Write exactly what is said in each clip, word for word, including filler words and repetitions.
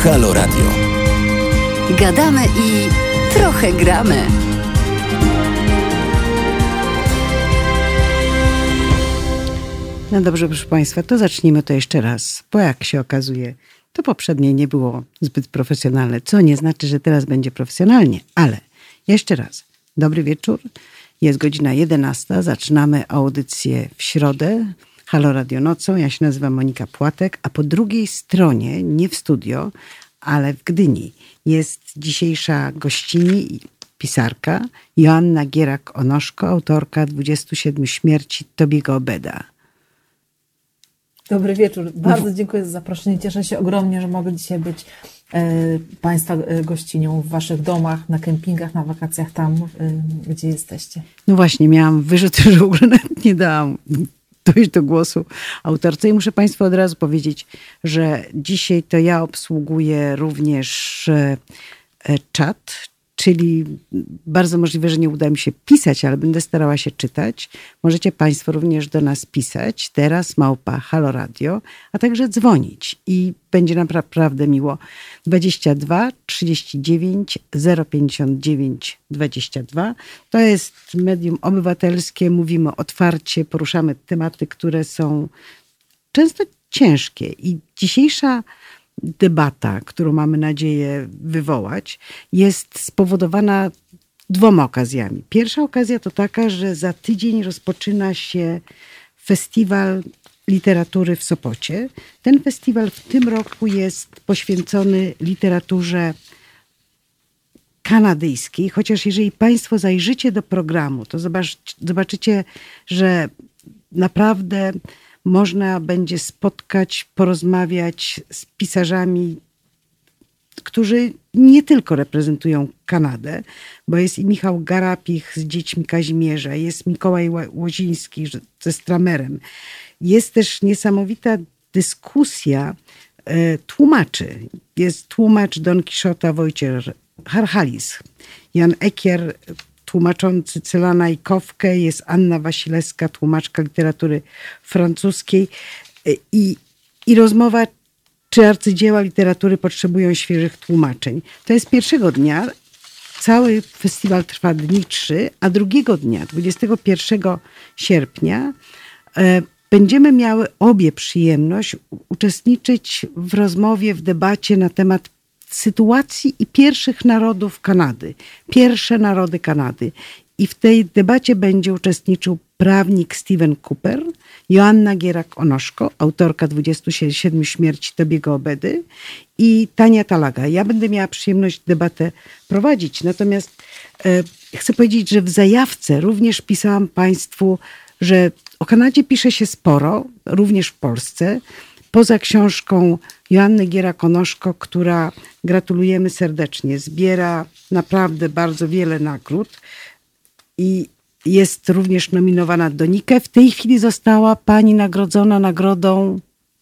Halo Radio. Gadamy i trochę gramy. No dobrze, proszę Państwa, to zacznijmy to jeszcze raz, bo jak się okazuje, to poprzednie nie było zbyt profesjonalne, co nie znaczy, że teraz będzie profesjonalnie, ale jeszcze raz, dobry wieczór, jest godzina jedenasta, zaczynamy audycję w środę, Halo Radio nocą, ja się nazywam Monika Płatek, a po drugiej stronie, nie w studio, ale w Gdyni, jest dzisiejsza gościni, pisarka Joanna Gierak-Onoszko, autorka dwudziestu siedmiu śmierci Tobiego Obeda. Dobry wieczór. Bardzo dziękuję za zaproszenie. Cieszę się ogromnie, że mogę dzisiaj być e, Państwa gościnią w Waszych domach, na kempingach, na wakacjach tam, e, gdzie jesteście. No właśnie, miałam wyrzuty, że w ogóle nawet nie dałam dojść do głosu autorce i muszę Państwu od razu powiedzieć, że dzisiaj to ja obsługuję również e, czat, czyli bardzo możliwe, że nie uda mi się pisać, ale będę starała się czytać. Możecie Państwo również do nas pisać. Teraz małpa Halo Radio, a także dzwonić. I będzie nam naprawdę miło. dwadzieścia dwa trzydzieści dziewięć zero pięćdziesiąt dziewięć dwadzieścia dwa. To jest medium obywatelskie. Mówimy otwarcie, poruszamy tematy, które są często ciężkie. I dzisiejsza debata, którą mamy nadzieję wywołać, jest spowodowana dwoma okazjami. Pierwsza okazja to taka, że za tydzień rozpoczyna się festiwal literatury w Sopocie. Ten festiwal w tym roku jest poświęcony literaturze kanadyjskiej, chociaż jeżeli Państwo zajrzycie do programu, to zobacz, zobaczycie, że naprawdę można będzie spotkać, porozmawiać z pisarzami, którzy nie tylko reprezentują Kanadę, bo jest i Michał Garapich z Dziećmi Kazimierza, jest Mikołaj Łoziński ze Stramerem. Jest też niesamowita dyskusja e, tłumaczy. Jest tłumacz Don Kiszota Wojciech Harchalis, Jan Ekier, tłumaczący Celana i Kofkę, jest Anna Wasilewska, tłumaczka literatury francuskiej i, i rozmowa, czy arcydzieła literatury potrzebują świeżych tłumaczeń. To jest pierwszego dnia, cały festiwal trwa dni trzy, a drugiego dnia, dwudziestego pierwszego sierpnia, e, będziemy miały obie przyjemność uczestniczyć w rozmowie, w debacie na temat sytuacji i pierwszych narodów Kanady. Pierwsze narody Kanady. I w tej debacie będzie uczestniczył prawnik Steven Cooper, Joanna Gierak-Onoszko, autorka dwudziestu siedmiu śmierci Tobiego Obedy i Tania Talaga. Ja będę miała przyjemność debatę prowadzić. Natomiast e, chcę powiedzieć, że w zajawce również pisałam Państwu, że o Kanadzie pisze się sporo, również w Polsce. Poza książką Joanny Gierak-Onoszko, która, gratulujemy serdecznie, zbiera naprawdę bardzo wiele nagród i jest również nominowana do Nike. W tej chwili została pani nagrodzona nagrodą...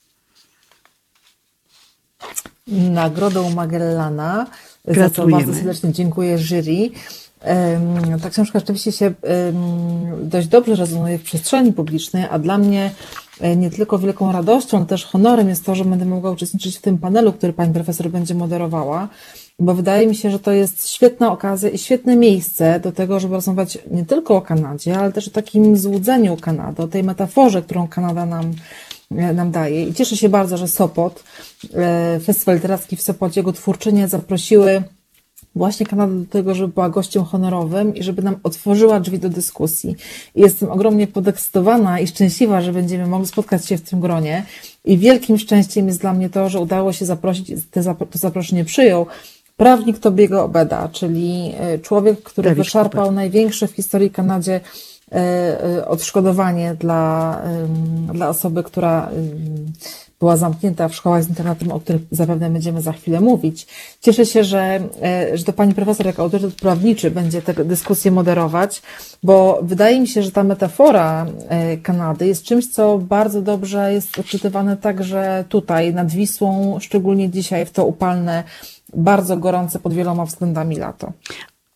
Nagrodą Magellana. Za co bardzo serdecznie dziękuję jury. Ta książka rzeczywiście się dość dobrze rezonuje w przestrzeni publicznej, a dla mnie nie tylko wielką radością, ale też honorem jest to, że będę mogła uczestniczyć w tym panelu, który pani profesor będzie moderowała, bo wydaje mi się, że to jest świetna okazja i świetne miejsce do tego, żeby rozmawiać nie tylko o Kanadzie, ale też o takim złudzeniu Kanady, o tej metaforze, którą Kanada nam, nam daje. I cieszę się bardzo, że Sopot, Festiwal Literacki w Sopocie, jego twórczynie zaprosiły właśnie Kanadę do tego, żeby była gościem honorowym i żeby nam otworzyła drzwi do dyskusji. I jestem ogromnie podekscytowana i szczęśliwa, że będziemy mogli spotkać się w tym gronie. I wielkim szczęściem jest dla mnie to, że udało się zaprosić, to zaproszenie przyjął prawnik Tobiego Obeda, czyli człowiek, który David wyszarpał Cooper. Największe w historii Kanadzie odszkodowanie dla, dla osoby, która była zamknięta w szkołach z internatem, o których zapewne będziemy za chwilę mówić. Cieszę się, że, że to pani profesor jako autorytet prawniczy będzie tę dyskusję moderować, bo wydaje mi się, że ta metafora Kanady jest czymś, co bardzo dobrze jest odczytywane także tutaj nad Wisłą, szczególnie dzisiaj w to upalne, bardzo gorące pod wieloma względami lato.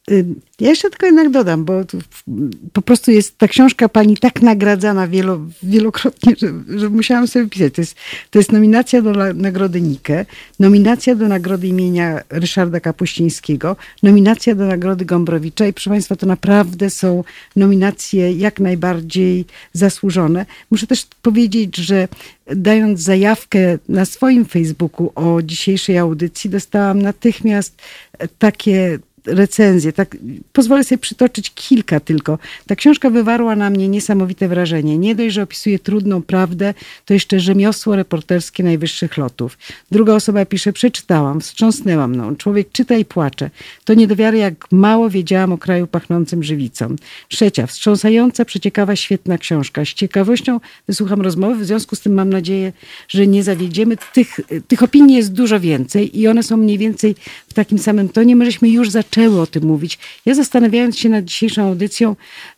Ja jeszcze tylko jednak dodam, bo po prostu jest ta książka pani tak nagradzana wielo, wielokrotnie, że, że musiałam sobie pisać. To jest, to jest nominacja do Nagrody Nike, nominacja do Nagrody imienia Ryszarda Kapuścińskiego, nominacja do Nagrody Gombrowicza i proszę Państwa, to naprawdę są nominacje jak najbardziej zasłużone. Muszę też powiedzieć, że dając zajawkę na swoim Facebooku o dzisiejszej audycji, dostałam natychmiast takie recenzje. Tak, pozwolę sobie przytoczyć kilka tylko. Ta książka wywarła na mnie niesamowite wrażenie. Nie dość, że opisuje trudną prawdę, to jeszcze rzemiosło reporterskie najwyższych lotów. Druga osoba pisze, przeczytałam, wstrząsnęła mną. Człowiek czyta i płacze. To nie do wiary, jak mało wiedziałam o kraju pachnącym żywicą. Trzecia, wstrząsająca, przeciekawa, świetna książka. Z ciekawością wysłucham rozmowy, w związku z tym mam nadzieję, że nie zawiedziemy. Tych, tych opinii jest dużo więcej i one są mniej więcej w takim samym tonie. My żeśmy już zaczęli o tym mówić. Ja zastanawiając się nad dzisiejszą audycją,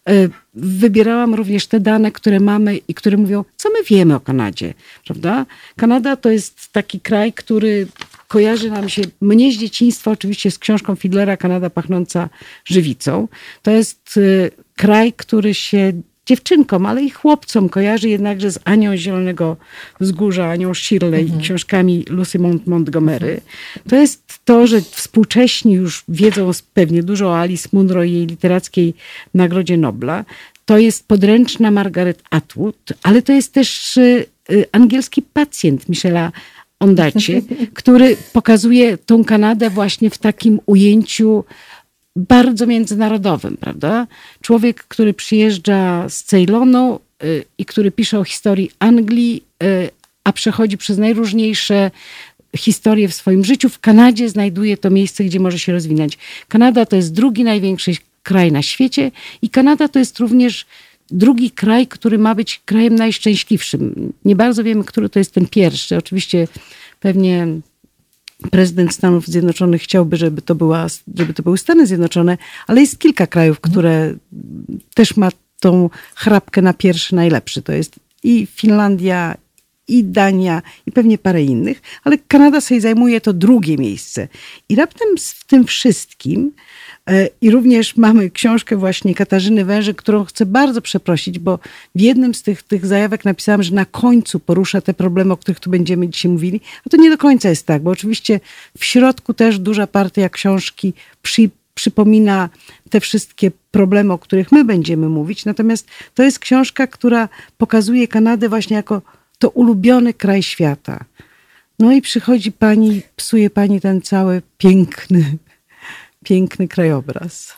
wybierałam również te dane, które mamy i które mówią, co my wiemy o Kanadzie, prawda? Kanada to jest taki kraj, który kojarzy nam się, mnie z dzieciństwa oczywiście z książką Fiedlera Kanada pachnąca żywicą. To jest kraj, który się dziewczynkom, ale i chłopcom kojarzy jednakże z Anią Zielonego Wzgórza, Anią Shirley mhm. i książkami Lucy Mont Montgomery. To jest to, że współcześni już wiedzą pewnie dużo o Alice Munro i jej literackiej Nagrodzie Nobla. To jest podręczna Margaret Atwood, ale to jest też y, y, angielski pacjent Michela Ondaatje, który pokazuje tą Kanadę właśnie w takim ujęciu bardzo międzynarodowym, prawda? Człowiek, który przyjeżdża z Ceylonu y, i który pisze o historii Anglii, y, a przechodzi przez najróżniejsze historie w swoim życiu. W Kanadzie znajduje to miejsce, gdzie może się rozwinąć. Kanada to jest drugi największy kraj na świecie i Kanada to jest również drugi kraj, który ma być krajem najszczęśliwszym. Nie bardzo wiemy, który to jest ten pierwszy. Oczywiście pewnie prezydent Stanów Zjednoczonych chciałby, żeby to, była, żeby to były Stany Zjednoczone, ale jest kilka krajów, które też ma tą chrapkę na pierwszy najlepszy. To jest i Finlandia, i Dania, i pewnie parę innych, ale Kanada sobie zajmuje to drugie miejsce. I raptem w tym wszystkim i również mamy książkę właśnie Katarzyny Wężyk, którą chcę bardzo przeprosić, bo w jednym z tych, tych zajawek napisałam, że na końcu porusza te problemy, o których tu będziemy dzisiaj mówili. A to nie do końca jest tak, bo oczywiście w środku też duża partia książki przy, przypomina te wszystkie problemy, o których my będziemy mówić. Natomiast to jest książka, która pokazuje Kanadę właśnie jako to ulubiony kraj świata. No i przychodzi pani, psuje pani ten cały piękny piękny krajobraz.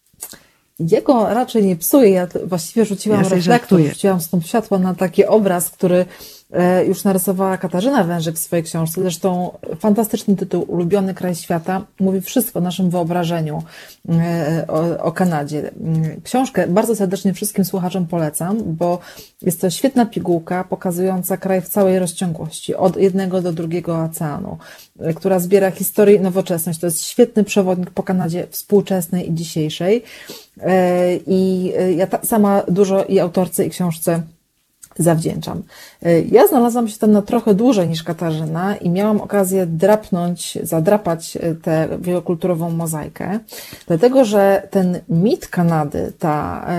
Jego raczej nie psuje. Ja właściwie rzuciłam ja reflektor, rzuciłam stąd światło na taki obraz, który już narysowała Katarzyna Wężyk w swojej książce. Zresztą fantastyczny tytuł, Ulubiony kraj świata, mówi wszystko o naszym wyobrażeniu o, o Kanadzie. Książkę bardzo serdecznie wszystkim słuchaczom polecam, bo jest to świetna pigułka pokazująca kraj w całej rozciągłości, od jednego do drugiego oceanu, która zbiera historię i nowoczesność. To jest świetny przewodnik po Kanadzie współczesnej i dzisiejszej. I ja ta, sama dużo i autorce, i książce zawdzięczam. Ja znalazłam się tam na trochę dłużej niż Katarzyna i miałam okazję drapnąć, zadrapać tę wielokulturową mozaikę, dlatego że ten mit Kanady, ta,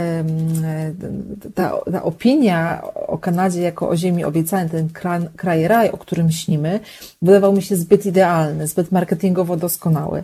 ta, ta opinia o Kanadzie jako o ziemi obiecanej, ten kraj, kraj raj, o którym śnimy, wydawał mi się zbyt idealny, zbyt marketingowo doskonały.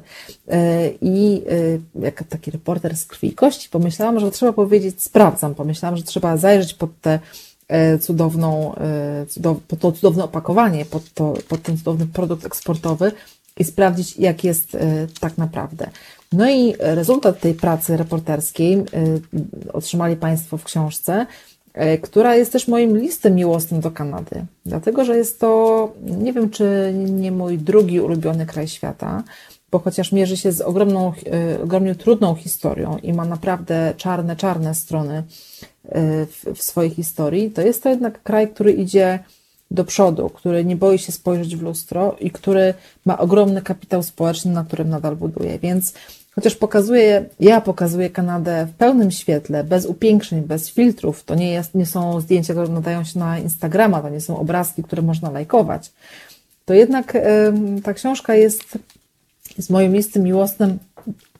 I jak taki reporter z krwi i kości pomyślałam, że trzeba powiedzieć, sprawdzam, pomyślałam, że trzeba zajrzeć pod te cudowną, cudow, pod to cudowne opakowanie, pod, to, pod ten cudowny produkt eksportowy i sprawdzić, jak jest tak naprawdę. No i rezultat tej pracy reporterskiej otrzymali Państwo w książce, która jest też moim listem miłosnym do Kanady. Dlatego, że jest to, nie wiem, czy nie mój drugi ulubiony kraj świata, bo chociaż mierzy się z ogromną, ogromnie trudną historią i ma naprawdę czarne, czarne strony w, w swojej historii, to jest to jednak kraj, który idzie do przodu, który nie boi się spojrzeć w lustro i który ma ogromny kapitał społeczny, na którym nadal buduje. Więc chociaż pokazuję, ja pokazuję Kanadę w pełnym świetle, bez upiększeń, bez filtrów, to nie, jest, nie są zdjęcia, które nadają się na Instagrama, to nie są obrazki, które można lajkować, to jednak ta książka jest z moim listem miłosnym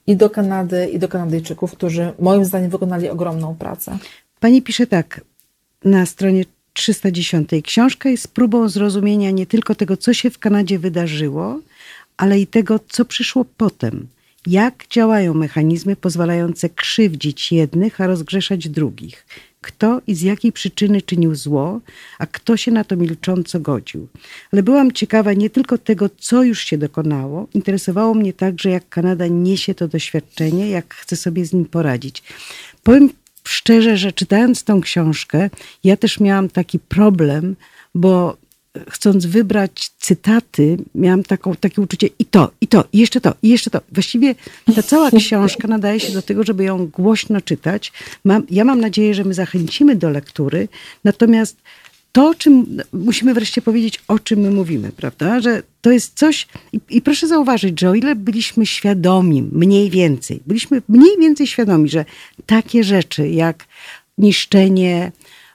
i do Kanady, i do Kanadyjczyków, którzy moim zdaniem wykonali ogromną pracę. Pani pisze tak na stronie trzysta dziesięć. Książka jest próbą zrozumienia nie tylko tego, co się w Kanadzie wydarzyło, ale i tego, co przyszło potem. Jak działają mechanizmy pozwalające krzywdzić jednych, a rozgrzeszać drugich. Kto i z jakiej przyczyny czynił zło, a kto się na to milcząco godził. Ale byłam ciekawa nie tylko tego, co już się dokonało. Interesowało mnie także, jak Kanada niesie to doświadczenie, jak chce sobie z nim poradzić. Powiem szczerze, że czytając tą książkę, ja też miałam taki problem, bo chcąc wybrać cytaty, miałam taką, takie uczucie i to, i to, i jeszcze to, i jeszcze to. Właściwie ta cała książka nadaje się do tego, żeby ją głośno czytać. Mam, ja mam nadzieję, że my zachęcimy do lektury, natomiast to, o czym musimy wreszcie powiedzieć, o czym my mówimy, prawda? Że to jest coś, i, i proszę zauważyć, że o ile byliśmy świadomi, mniej więcej, byliśmy mniej więcej świadomi, że takie rzeczy jak niszczenie,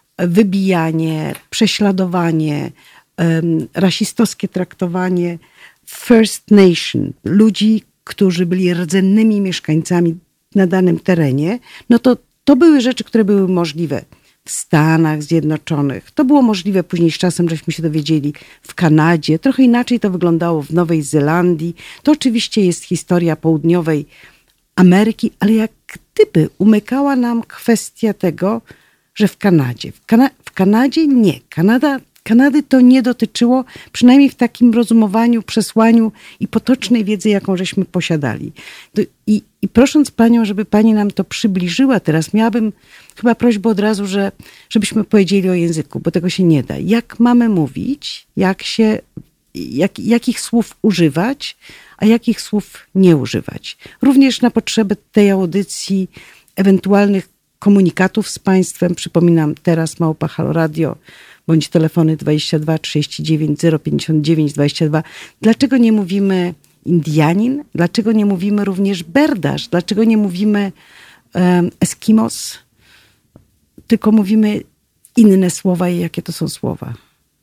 wybijanie, prześladowanie, um, rasistowskie traktowanie First Nation, ludzi, którzy byli rdzennymi mieszkańcami na danym terenie, no to to były rzeczy, które były możliwe w Stanach Zjednoczonych. To było możliwe później z czasem, żeśmy się dowiedzieli, w Kanadzie. Trochę inaczej to wyglądało w Nowej Zelandii. To oczywiście jest historia południowej Ameryki, ale jak gdyby umykała nam kwestia tego, że w Kanadzie. W, Kana- w Kanadzie nie. Kanada, Kanady to nie dotyczyło, przynajmniej w takim rozumowaniu, przesłaniu i potocznej wiedzy, jaką żeśmy posiadali. To, i, I prosząc Panią, żeby Pani nam to przybliżyła teraz, miałabym chyba prośbę od razu, że, żebyśmy powiedzieli o języku, bo tego się nie da. Jak mamy mówić, jak się, jak, jakich słów używać, a jakich słów nie używać. Również na potrzeby tej audycji, ewentualnych komunikatów z Państwem, przypominam teraz Małpa Halo Radio, bądź telefony dwadzieścia dwa trzydzieści dziewięć zero pięćdziesiąt dziewięć dwadzieścia dwa. Dlaczego nie mówimy Indianin? Dlaczego nie mówimy również Berdasz? Dlaczego nie mówimy um, Eskimos? Tylko mówimy inne słowa i jakie to są słowa?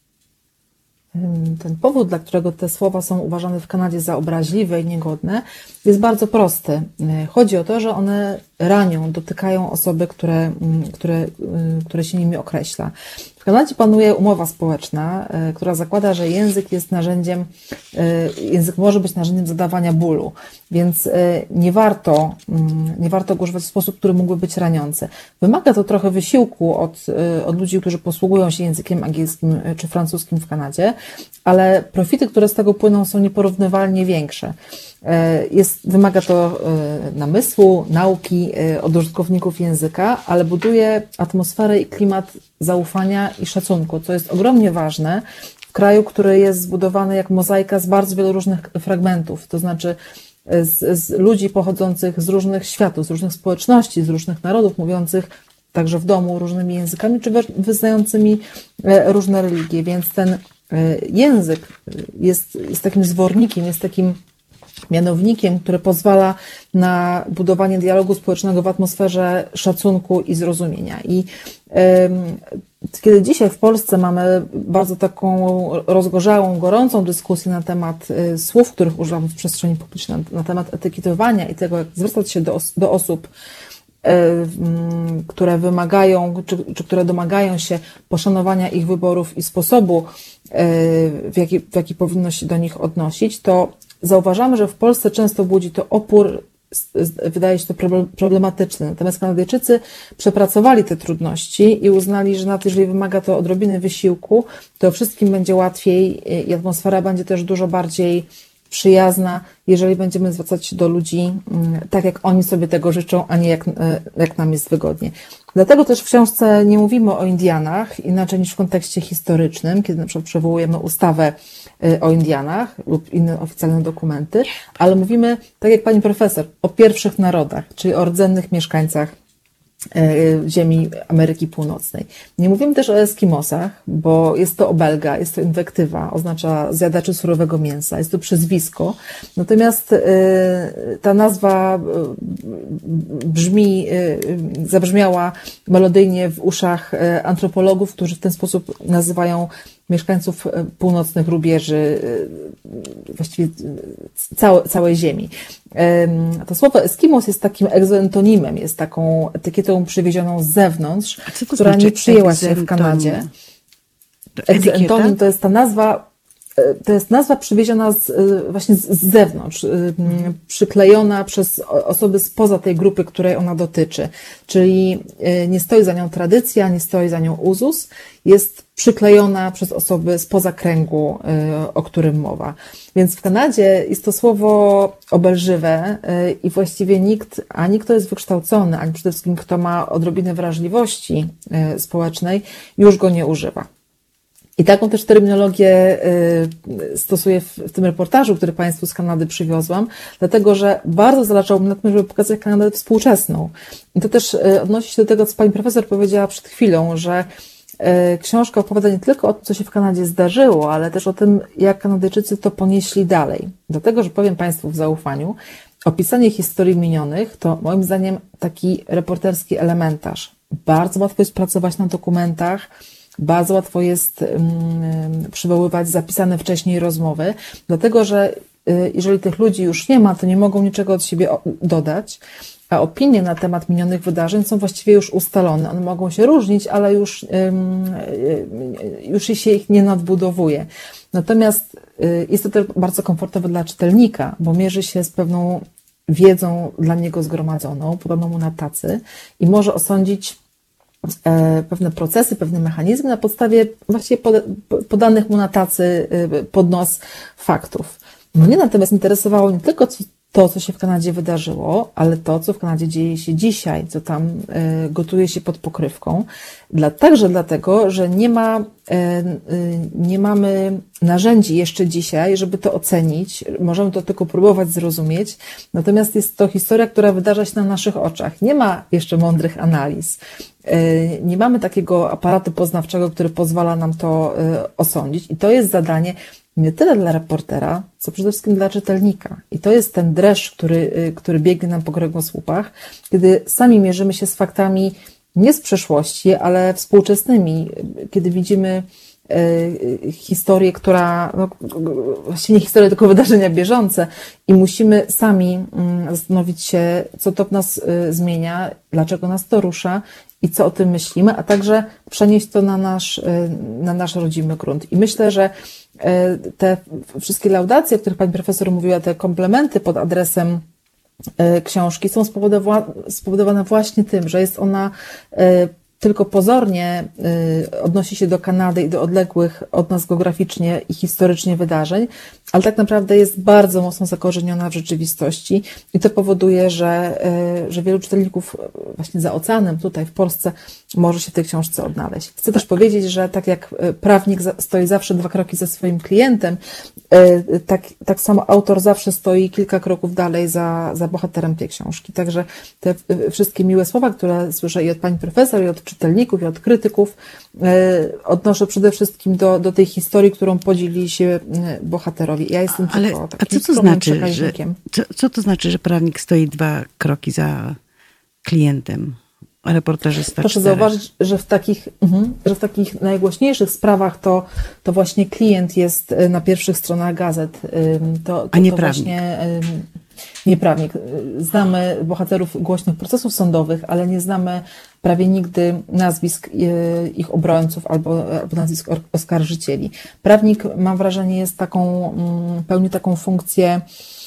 Ten powód, dla którego te słowa są uważane w Kanadzie za obraźliwe i niegodne, jest bardzo prosty. Chodzi o to, że one ranią, dotykają osoby, które, które, które się nimi określa. W Kanadzie panuje umowa społeczna, która zakłada, że język jest narzędziem, język może być narzędziem zadawania bólu, więc nie warto, nie warto go używać w sposób, który mógłby być raniący. Wymaga to trochę wysiłku od, od ludzi, którzy posługują się językiem angielskim czy francuskim w Kanadzie, ale profity, które z tego płyną, są nieporównywalnie większe. Jest, wymaga to namysłu, nauki od użytkowników języka, ale buduje atmosferę i klimat zaufania i szacunku, co jest ogromnie ważne w kraju, który jest zbudowany jak mozaika z bardzo wielu różnych fragmentów, to znaczy z, z ludzi pochodzących z różnych światów, z różnych społeczności, z różnych narodów, mówiących także w domu różnymi językami, czy wyznającymi różne religie, więc ten język jest, jest takim zwornikiem, jest takim mianownikiem, który pozwala na budowanie dialogu społecznego w atmosferze szacunku i zrozumienia. I y, kiedy dzisiaj w Polsce mamy bardzo taką rozgorzałą, gorącą dyskusję na temat y, słów, których używamy w przestrzeni publicznej, na, na temat etykietowania i tego, jak zwracać się do, os- do osób, y, y, które wymagają, czy, czy które domagają się poszanowania ich wyborów i sposobu, y, w, jaki, w jaki powinno się do nich odnosić, to zauważamy, że w Polsce często budzi to opór, wydaje się to problematyczne. Natomiast Kanadyjczycy przepracowali te trudności i uznali, że nawet jeżeli wymaga to odrobiny wysiłku, to wszystkim będzie łatwiej i atmosfera będzie też dużo bardziej przyjazna, jeżeli będziemy zwracać się do ludzi tak, jak oni sobie tego życzą, a nie jak, jak nam jest wygodnie. Dlatego też w książce nie mówimy o Indianach inaczej niż w kontekście historycznym, kiedy na przykład przywołujemy ustawę o Indianach lub inne oficjalne dokumenty, ale mówimy, tak jak pani profesor, o pierwszych narodach, czyli o rdzennych mieszkańcach ziemi Ameryki Północnej. Nie mówimy też o Eskimosach, bo jest to obelga, jest to inwektywa, oznacza zjadaczy surowego mięsa, jest to przyzwisko. Natomiast ta nazwa brzmi, zabrzmiała melodyjnie w uszach antropologów, którzy w ten sposób nazywają mieszkańców północnych rubieży, właściwie całe, całej ziemi. To słowo Eskimos jest takim egzoentonimem, jest taką etykietą przywiezioną z zewnątrz, która znaczy nie przyjęła się w Kanadzie. Egzoentonim to jest ta nazwa, to jest nazwa przywieziona z, właśnie z, z zewnątrz, przyklejona przez osoby spoza tej grupy, której ona dotyczy. Czyli nie stoi za nią tradycja, nie stoi za nią uzus, jest przyklejona przez osoby spoza kręgu, o którym mowa. Więc w Kanadzie jest to słowo obelżywe i właściwie nikt, ani kto jest wykształcony, ani przede wszystkim kto ma odrobinę wrażliwości społecznej, już go nie używa. I taką też terminologię stosuję w tym reportażu, który Państwu z Kanady przywiozłam, dlatego że bardzo zależało mi na tym, żeby pokazać Kanadę współczesną. I to też odnosi się do tego, co Pani Profesor powiedziała przed chwilą, że książka opowiada nie tylko o tym, co się w Kanadzie zdarzyło, ale też o tym, jak Kanadyjczycy to ponieśli dalej. Dlatego, że powiem Państwu w zaufaniu, opisanie historii minionych to moim zdaniem taki reporterski elementarz. Bardzo łatwo jest pracować na dokumentach, bardzo łatwo jest um, przywoływać zapisane wcześniej rozmowy, dlatego że y, jeżeli tych ludzi już nie ma, to nie mogą niczego od siebie o, dodać, a opinie na temat minionych wydarzeń są właściwie już ustalone. One mogą się różnić, ale już, ym, y, już się ich nie nadbudowuje. Natomiast y, jest to też bardzo komfortowe dla czytelnika, bo mierzy się z pewną wiedzą dla niego zgromadzoną, podaną mu na tacy i może osądzić pewne procesy, pewne mechanizmy na podstawie właściwie podanych mu na tacy pod nos faktów. Mnie natomiast interesowało nie tylko to, co się w Kanadzie wydarzyło, ale to, co w Kanadzie dzieje się dzisiaj, co tam gotuje się pod pokrywką. Dla, także dlatego, że nie ma, nie mamy narzędzi jeszcze dzisiaj, żeby to ocenić. Możemy to tylko próbować zrozumieć. Natomiast jest to historia, która wydarza się na naszych oczach. Nie ma jeszcze mądrych analiz. Nie mamy takiego aparatu poznawczego, który pozwala nam to osądzić. I to jest zadanie nie tyle dla reportera, co przede wszystkim dla czytelnika. I to jest ten dreszcz, który, który biegnie nam po kręgosłupach, kiedy sami mierzymy się z faktami nie z przeszłości, ale współczesnymi, kiedy widzimy historię, która, no, właściwie nie historię, tylko wydarzenia bieżące i musimy sami zastanowić się, co to w nas zmienia, dlaczego nas to rusza i co o tym myślimy, a także przenieść to na nasz, na nasz rodzimy grunt. I myślę, że te wszystkie laudacje, o których Pani Profesor mówiła, te komplementy pod adresem książki są spowodowane właśnie tym, że jest ona tylko pozornie odnosi się do Kanady i do odległych od nas geograficznie i historycznie wydarzeń, ale tak naprawdę jest bardzo mocno zakorzeniona w rzeczywistości i to powoduje, że, że wielu czytelników właśnie za oceanem, tutaj w Polsce, może się w tej książce odnaleźć. Chcę też powiedzieć, że tak jak prawnik stoi zawsze dwa kroki za swoim klientem, tak, tak samo autor zawsze stoi kilka kroków dalej za, za bohaterem tej książki. Także te wszystkie miłe słowa, które słyszę i od Pani Profesor, i od czytelników, i od krytyków, odnoszę przede wszystkim do, do tej historii, którą podzielili się bohaterowie. Ja jestem Ale, tylko takim a co to znaczy, że, co, co, co to znaczy, że prawnik stoi dwa kroki za klientem, a reporterzysta Proszę cztery? zauważyć, że w takich, że w takich najgłośniejszych sprawach to, to właśnie klient jest na pierwszych stronach gazet. To, to, a nie to prawnik. Właśnie, nie prawnik. Znamy bohaterów głośnych procesów sądowych, ale nie znamy prawie nigdy nazwisk ich obrońców albo, albo nazwisk oskarżycieli. Prawnik, mam wrażenie, jest taką, pełni taką funkcję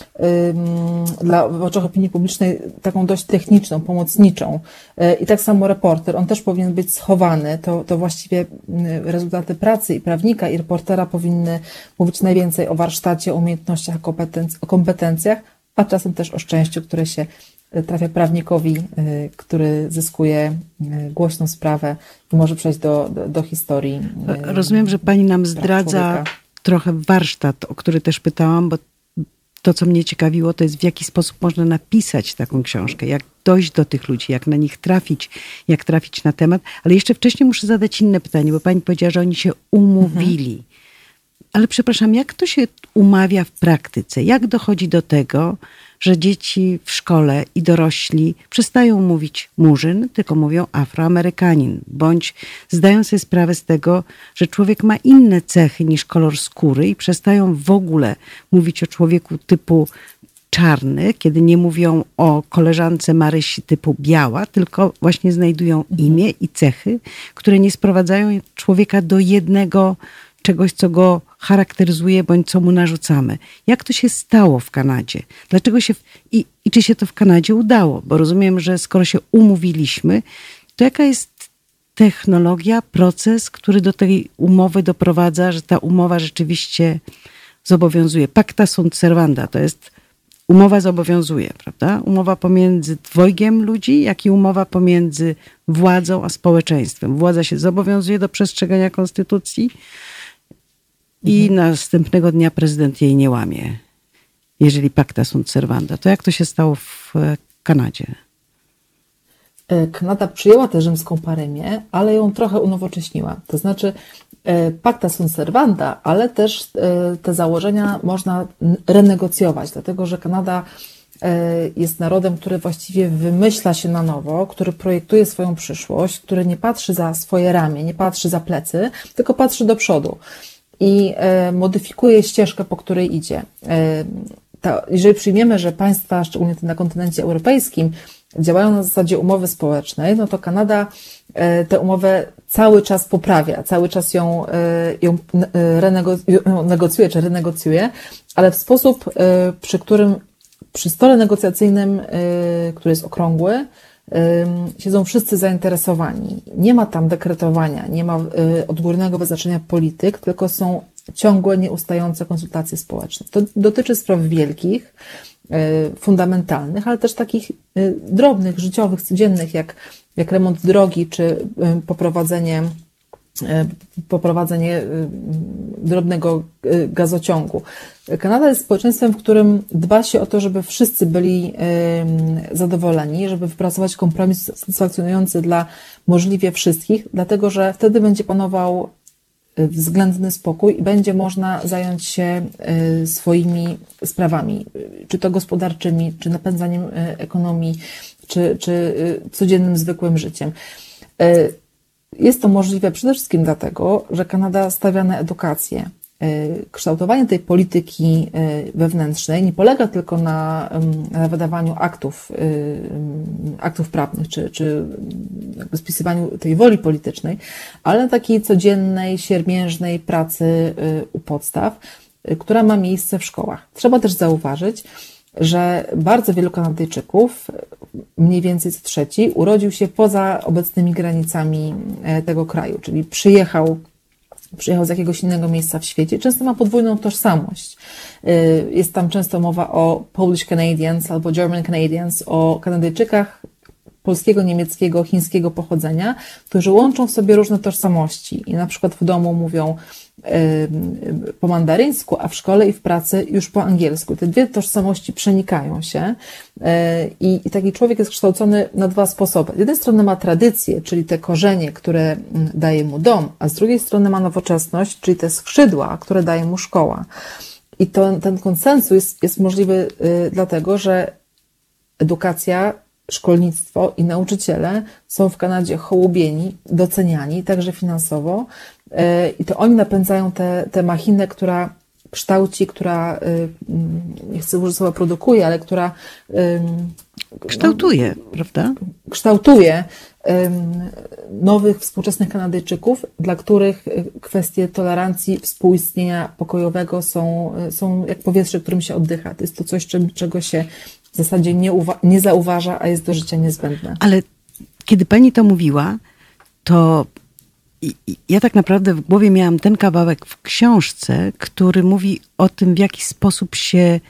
dla, w oczach opinii publicznej taką dość techniczną, pomocniczą. I tak samo reporter, on też powinien być schowany. To, to właściwie rezultaty pracy i prawnika, i reportera powinny mówić najwięcej o warsztacie, o umiejętnościach, o kompetencjach, a czasem też o szczęściu, które się trafia prawnikowi, który zyskuje głośną sprawę i może przejść do, do, do historii. Rozumiem, że Pani nam zdradza człowieka. Trochę warsztat, o który też pytałam, bo to, co mnie ciekawiło, to jest w jaki sposób można napisać taką książkę, jak dojść do tych ludzi, jak na nich trafić, jak trafić na temat. Ale jeszcze wcześniej muszę zadać inne pytanie, bo Pani powiedziała, że oni się umówili. ale przepraszam, jak to się umawia w praktyce? Jak dochodzi do tego, że dzieci w szkole i dorośli przestają mówić Murzyn, tylko mówią Afroamerykanin, bądź zdają sobie sprawę z tego, że człowiek ma inne cechy niż kolor skóry i przestają w ogóle mówić o człowieku typu czarny, kiedy nie mówią o koleżance Marysi typu biała, tylko właśnie znajdują imię i cechy, które nie sprowadzają człowieka do jednego czegoś, co go charakteryzuje, bądź co mu narzucamy. Jak to się stało w Kanadzie? Dlaczego się... W... I, I czy się to w Kanadzie udało? Bo rozumiem, że skoro się umówiliśmy, to jaka jest technologia, proces, który do tej umowy doprowadza, że ta umowa rzeczywiście zobowiązuje? Pacta sunt servanda, to jest umowa zobowiązuje, prawda? Umowa pomiędzy dwojgiem ludzi, jak i umowa pomiędzy władzą a społeczeństwem. Władza się zobowiązuje do przestrzegania konstytucji i mhm. następnego dnia prezydent jej nie łamie. Jeżeli pacta sunt servanda. To jak to się stało w Kanadzie? Kanada przyjęła tę rzymską paremię, ale ją trochę unowocześniła. To znaczy pacta sunt servanda, ale też te założenia można renegocjować, dlatego że Kanada jest narodem, który właściwie wymyśla się na nowo, który projektuje swoją przyszłość, który nie patrzy za swoje ramię, nie patrzy za plecy, tylko patrzy do przodu i modyfikuje ścieżkę, po której idzie. Ta, jeżeli przyjmiemy, że państwa, szczególnie te na kontynencie europejskim, działają na zasadzie umowy społecznej, no to Kanada tę umowę cały czas poprawia, cały czas ją, ją negocjuje czy renegocjuje, ale w sposób, przy którym przy stole negocjacyjnym, który jest okrągły, siedzą wszyscy zainteresowani. Nie ma tam dekretowania, nie ma odgórnego wyznaczenia polityk, tylko są ciągłe, nieustające konsultacje społeczne. To dotyczy spraw wielkich, fundamentalnych, ale też takich drobnych, życiowych, codziennych, jak, jak remont drogi, czy poprowadzenie, poprowadzenie drobnego gazociągu. Kanada jest społeczeństwem, w którym dba się o to, żeby wszyscy byli zadowoleni, żeby wypracować kompromis satysfakcjonujący dla możliwie wszystkich, dlatego że wtedy będzie panował względny spokój i będzie można zająć się swoimi sprawami, czy to gospodarczymi, czy napędzaniem ekonomii, czy, czy codziennym, zwykłym życiem. Jest to możliwe przede wszystkim dlatego, że Kanada stawia na edukację. Kształtowanie tej polityki wewnętrznej nie polega tylko na, na wydawaniu aktów, aktów prawnych, czy, czy jakby spisywaniu tej woli politycznej, ale na takiej codziennej, siermiężnej pracy u podstaw, która ma miejsce w szkołach. Trzeba też zauważyć, że bardzo wielu Kanadyjczyków, mniej więcej co trzeci, urodził się poza obecnymi granicami tego kraju, czyli przyjechał przyjechał z jakiegoś innego miejsca w świecie, często ma podwójną tożsamość. Jest tam często mowa o Polish Canadians albo German Canadians, o Kanadyjczykach polskiego, niemieckiego, chińskiego pochodzenia, którzy łączą w sobie różne tożsamości i na przykład w domu mówią po mandaryńsku, a w szkole i w pracy już po angielsku. Te dwie tożsamości przenikają się i, i taki człowiek jest kształcony na dwa sposoby. Z jednej strony ma tradycje, czyli te korzenie, które daje mu dom, a z drugiej strony ma nowoczesność, czyli te skrzydła, które daje mu szkoła. I to, ten konsensus jest, jest możliwy dlatego, że edukacja, szkolnictwo i nauczyciele są w Kanadzie hołubieni, doceniani, także finansowo, i to oni napędzają tę te, te machinę, która kształci, która, nie chcę użyć słowa produkuje, ale która kształtuje, no, prawda? Kształtuje nowych, współczesnych Kanadyjczyków, dla których kwestie tolerancji, współistnienia pokojowego są, są jak powietrze, którym się oddycha. To jest to coś, czego się w zasadzie nie, uwa- nie zauważa, a jest do życia niezbędne. Ale kiedy pani to mówiła, to ja tak naprawdę w głowie miałam ten kawałek w książce, który mówi o tym, w jaki sposób się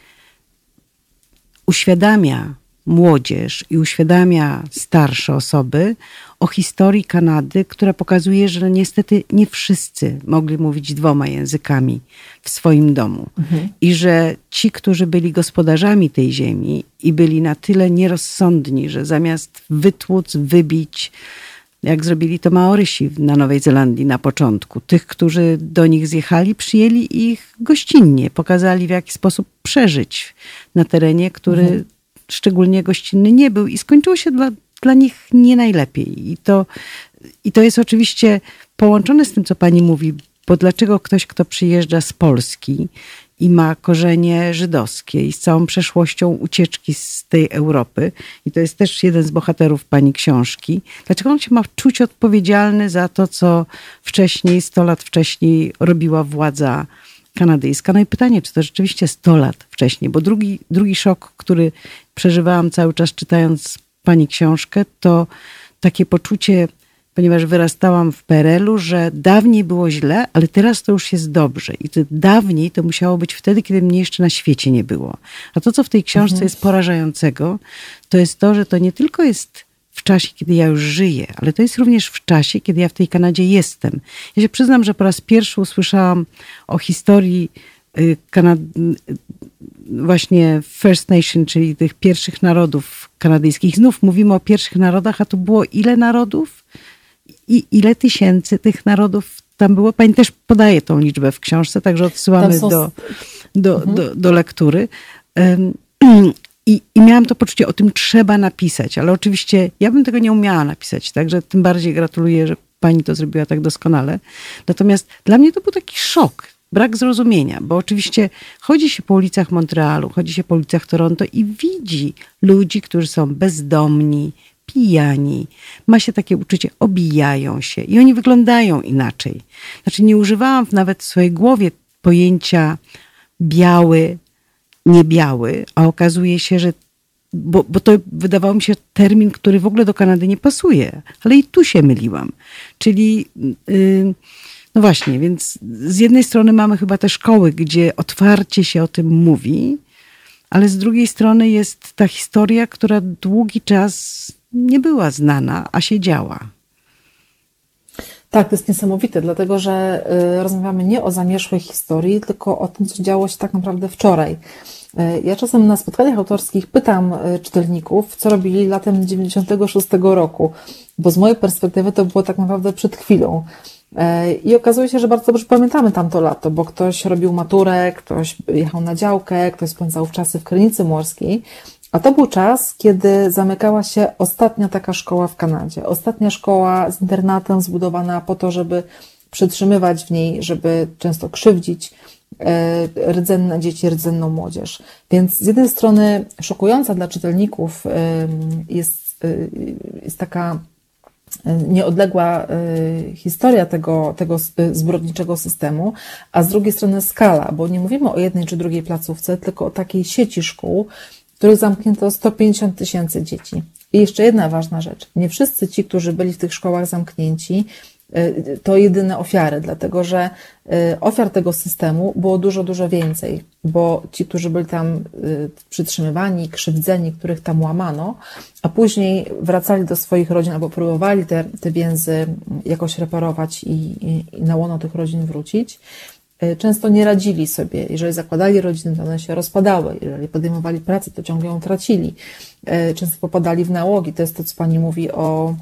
uświadamia młodzież i uświadamia starsze osoby o historii Kanady, która pokazuje, że niestety nie wszyscy mogli mówić dwoma językami w swoim domu. Mhm. I że ci, którzy byli gospodarzami tej ziemi i byli na tyle nierozsądni, że zamiast wytłuc, wybić, jak zrobili to Maorysi na Nowej Zelandii na początku. Tych, którzy do nich zjechali, przyjęli ich gościnnie. Pokazali, w jaki sposób przeżyć na terenie, który mhm. szczególnie gościnny nie był. I skończyło się dla, dla nich nie najlepiej. I to, I to jest oczywiście połączone z tym, co pani mówi, bo dlaczego ktoś, kto przyjeżdża z Polski i ma korzenie żydowskie i z całą przeszłością ucieczki z tej Europy, i to jest też jeden z bohaterów pani książki, dlaczego on się ma czuć odpowiedzialny za to, co wcześniej, sto lat wcześniej robiła władza kanadyjska? No i pytanie, czy to rzeczywiście sto lat wcześniej, bo drugi, drugi szok, który przeżywałam cały czas czytając pani książkę, to takie poczucie, ponieważ wyrastałam w P R L u, że dawniej było źle, ale teraz to już jest dobrze. I to dawniej to musiało być wtedy, kiedy mnie jeszcze na świecie nie było. A to, co w tej książce mhm. jest porażającego, to jest to, że to nie tylko jest w czasie, kiedy ja już żyję, ale to jest również w czasie, kiedy ja w tej Kanadzie jestem. Ja się przyznam, że po raz pierwszy usłyszałam o historii Kanad... właśnie First Nation, czyli tych pierwszych narodów kanadyjskich. Znów mówimy o pierwszych narodach, a tu było ile narodów? I ile tysięcy tych narodów tam było? Pani też podaje tą liczbę w książce, także odsyłamy są... do, do, mhm. do, do lektury. I, I miałam to poczucie, o tym trzeba napisać, ale oczywiście ja bym tego nie umiała napisać, także tym bardziej gratuluję, że pani to zrobiła tak doskonale. Natomiast dla mnie to był taki szok, brak zrozumienia, bo oczywiście chodzi się po ulicach Montrealu, chodzi się po ulicach Toronto i widzi ludzi, którzy są bezdomni, pijani. Ma się takie uczucie, obijają się i oni wyglądają inaczej. Znaczy nie używałam nawet w swojej głowie pojęcia biały, niebiały, a okazuje się, że bo, bo to wydawało mi się termin, który w ogóle do Kanady nie pasuje, ale i tu się myliłam. Czyli yy, no właśnie, więc z jednej strony mamy chyba te szkoły, gdzie otwarcie się o tym mówi, ale z drugiej strony jest ta historia, która długi czas nie była znana, a się działa. Tak, to jest niesamowite, dlatego że y, rozmawiamy nie o zamierzchłej historii, tylko o tym, co działo się tak naprawdę wczoraj. Y, ja czasem na spotkaniach autorskich pytam y, czytelników, co robili latem dziewięćdziesiątego szóstego roku, bo z mojej perspektywy to było tak naprawdę przed chwilą. Y, I okazuje się, że bardzo dobrze pamiętamy tamto lato, bo ktoś robił maturę, ktoś jechał na działkę, ktoś spędzał czasy w Krynicy Morskiej. A to był czas, kiedy zamykała się ostatnia taka szkoła w Kanadzie. Ostatnia szkoła z internatem zbudowana po to, żeby przetrzymywać w niej, żeby często krzywdzić rdzenne dzieci, rdzenną młodzież. Więc z jednej strony szokująca dla czytelników jest, jest taka nieodległa historia tego, tego zbrodniczego systemu, a z drugiej strony skala, bo nie mówimy o jednej czy drugiej placówce, tylko o takiej sieci szkół, w których zamknięto sto pięćdziesiąt tysięcy dzieci. I jeszcze jedna ważna rzecz. Nie wszyscy ci, którzy byli w tych szkołach zamknięci, to jedyne ofiary, dlatego że ofiar tego systemu było dużo, dużo więcej, bo ci, którzy byli tam przytrzymywani, krzywdzeni, których tam łamano, a później wracali do swoich rodzin albo próbowali te, te więzy jakoś reparować i, i, i na łono tych rodzin wrócić, często nie radzili sobie. Jeżeli zakładali rodziny, to one się rozpadały. Jeżeli podejmowali pracę, to ciągle ją tracili. Często popadali w nałogi. To jest to, co pani mówi o,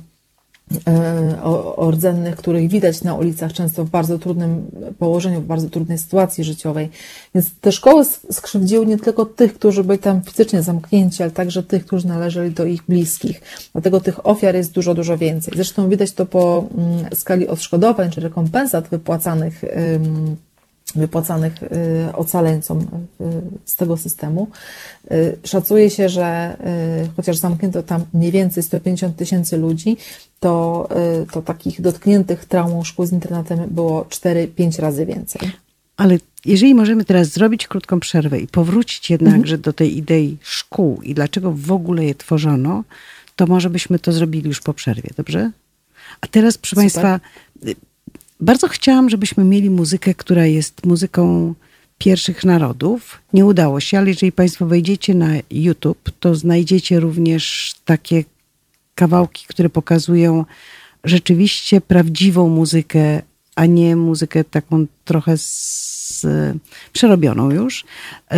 o, o rdzennych, których widać na ulicach, często w bardzo trudnym położeniu, w bardzo trudnej sytuacji życiowej. Więc te szkoły skrzywdziły nie tylko tych, którzy byli tam fizycznie zamknięci, ale także tych, którzy należeli do ich bliskich. Dlatego tych ofiar jest dużo, dużo więcej. Zresztą widać to po skali odszkodowań czy rekompensat wypłacanych wypłacanych ocaleńcom z tego systemu. Szacuje się, że chociaż zamknięto tam mniej więcej sto pięćdziesiąt tysięcy ludzi, to, to takich dotkniętych traumą szkół z internatem było cztery pięć razy więcej. Ale jeżeli możemy teraz zrobić krótką przerwę i powrócić jednakże mhm. do tej idei szkół i dlaczego w ogóle je tworzono, to może byśmy to zrobili już po przerwie, dobrze? A teraz, proszę Super. Państwa, bardzo chciałam, żebyśmy mieli muzykę, która jest muzyką pierwszych narodów. Nie udało się, ale jeżeli Państwo wejdziecie na YouTube, to znajdziecie również takie kawałki, które pokazują rzeczywiście prawdziwą muzykę, a nie muzykę taką trochę z, przerobioną już.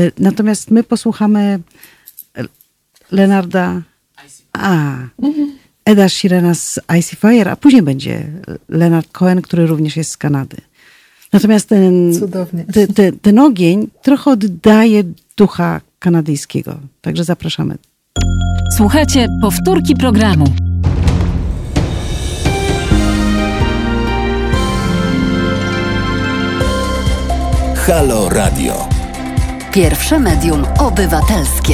Natomiast my posłuchamy Leonarda... A, Eda Sheerana z Icy Fire, a później będzie Leonard Cohen, który również jest z Kanady. Natomiast ten, te, te, ten ogień trochę oddaje ducha kanadyjskiego. Także zapraszamy. Słuchajcie, powtórki programu. Halo Radio. Pierwsze medium obywatelskie.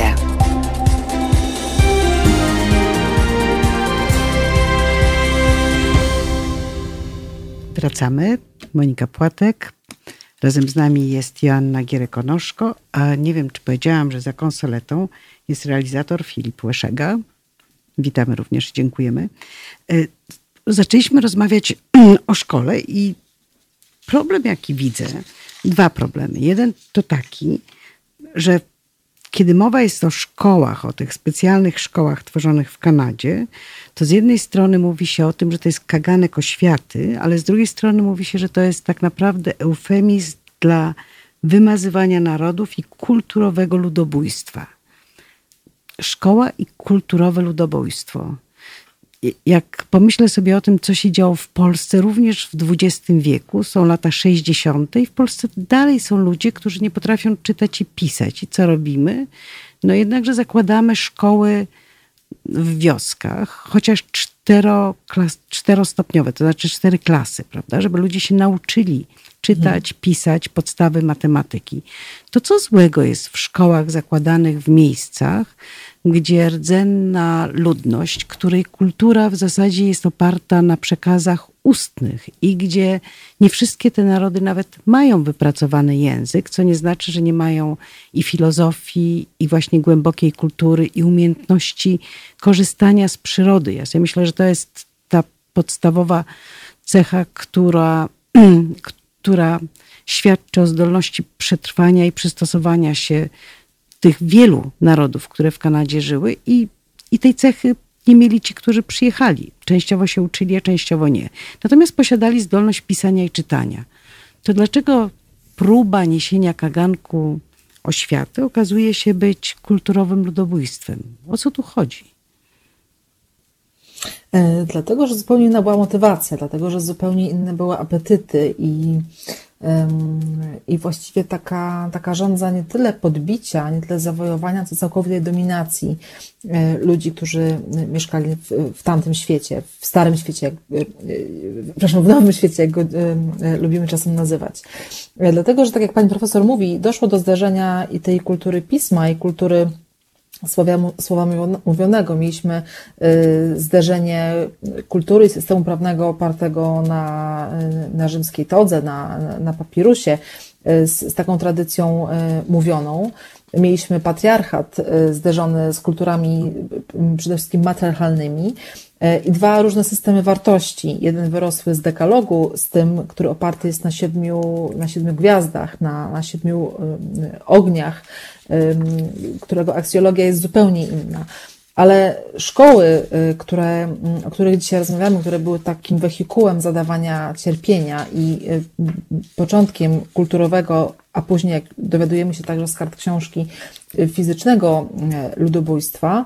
Wracamy. Monika Płatek. Razem z nami jest Joanna Gierek-Onoszko, a nie wiem, czy powiedziałam, że za konsoletą jest realizator Filip Łeszega. Witamy również, dziękujemy. Zaczęliśmy rozmawiać o szkole i problem, jaki widzę, dwa problemy. Jeden to taki, że kiedy mowa jest o szkołach, o tych specjalnych szkołach tworzonych w Kanadzie, to z jednej strony mówi się o tym, że to jest kaganek oświaty, ale z drugiej strony mówi się, że to jest tak naprawdę eufemizm dla wymazywania narodów i kulturowego ludobójstwa. Szkoła i kulturowe ludobójstwo. Jak pomyślę sobie o tym, co się działo w Polsce również w dwudziestym wieku, są lata sześćdziesiąte i w Polsce dalej są ludzie, którzy nie potrafią czytać i pisać. I co robimy? No jednakże zakładamy szkoły w wioskach, chociaż cztero, klas, czterostopniowe, to znaczy cztery klasy, prawda? Żeby ludzie się nauczyli czytać, hmm. pisać, podstawy matematyki. To co złego jest w szkołach zakładanych w miejscach, gdzie rdzenna ludność, której kultura w zasadzie jest oparta na przekazach ustnych i gdzie nie wszystkie te narody nawet mają wypracowany język, co nie znaczy, że nie mają i filozofii, i właśnie głębokiej kultury, i umiejętności korzystania z przyrody. Ja sobie myślę, że to jest ta podstawowa cecha, która, która świadczy o zdolności przetrwania i przystosowania się tych wielu narodów, które w Kanadzie żyły i, i tej cechy nie mieli ci, którzy przyjechali. Częściowo się uczyli, a częściowo nie. Natomiast posiadali zdolność pisania i czytania. To dlaczego próba niesienia kaganku oświaty okazuje się być kulturowym ludobójstwem? O co tu chodzi? Dlatego, że zupełnie inna była motywacja, dlatego, że zupełnie inne były apetyty i I właściwie taka, taka żądza nie tyle podbicia, nie tyle zawojowania, co całkowitej dominacji ludzi, którzy mieszkali w, w tamtym świecie, w starym świecie, przepraszam, w nowym świecie, jak go lubimy czasem nazywać. Dlatego, że tak jak pani profesor mówi, doszło do zderzenia i tej kultury pisma, i kultury słowa mówionego. Mieliśmy zderzenie kultury i systemu prawnego opartego na, na rzymskiej todze, na, na papirusie, z, z taką tradycją mówioną. Mieliśmy patriarchat zderzony z kulturami przede wszystkim matriarchalnymi i dwa różne systemy wartości. Jeden wyrosły z dekalogu, z tym, który oparty jest na siedmiu, na siedmiu gwiazdach, na, na siedmiu ogniach, którego aksjologia jest zupełnie inna. Ale szkoły, które, o których dzisiaj rozmawiamy, które były takim wehikułem zadawania cierpienia i początkiem kulturowego, a później, jak dowiadujemy się także z kart książki, fizycznego ludobójstwa,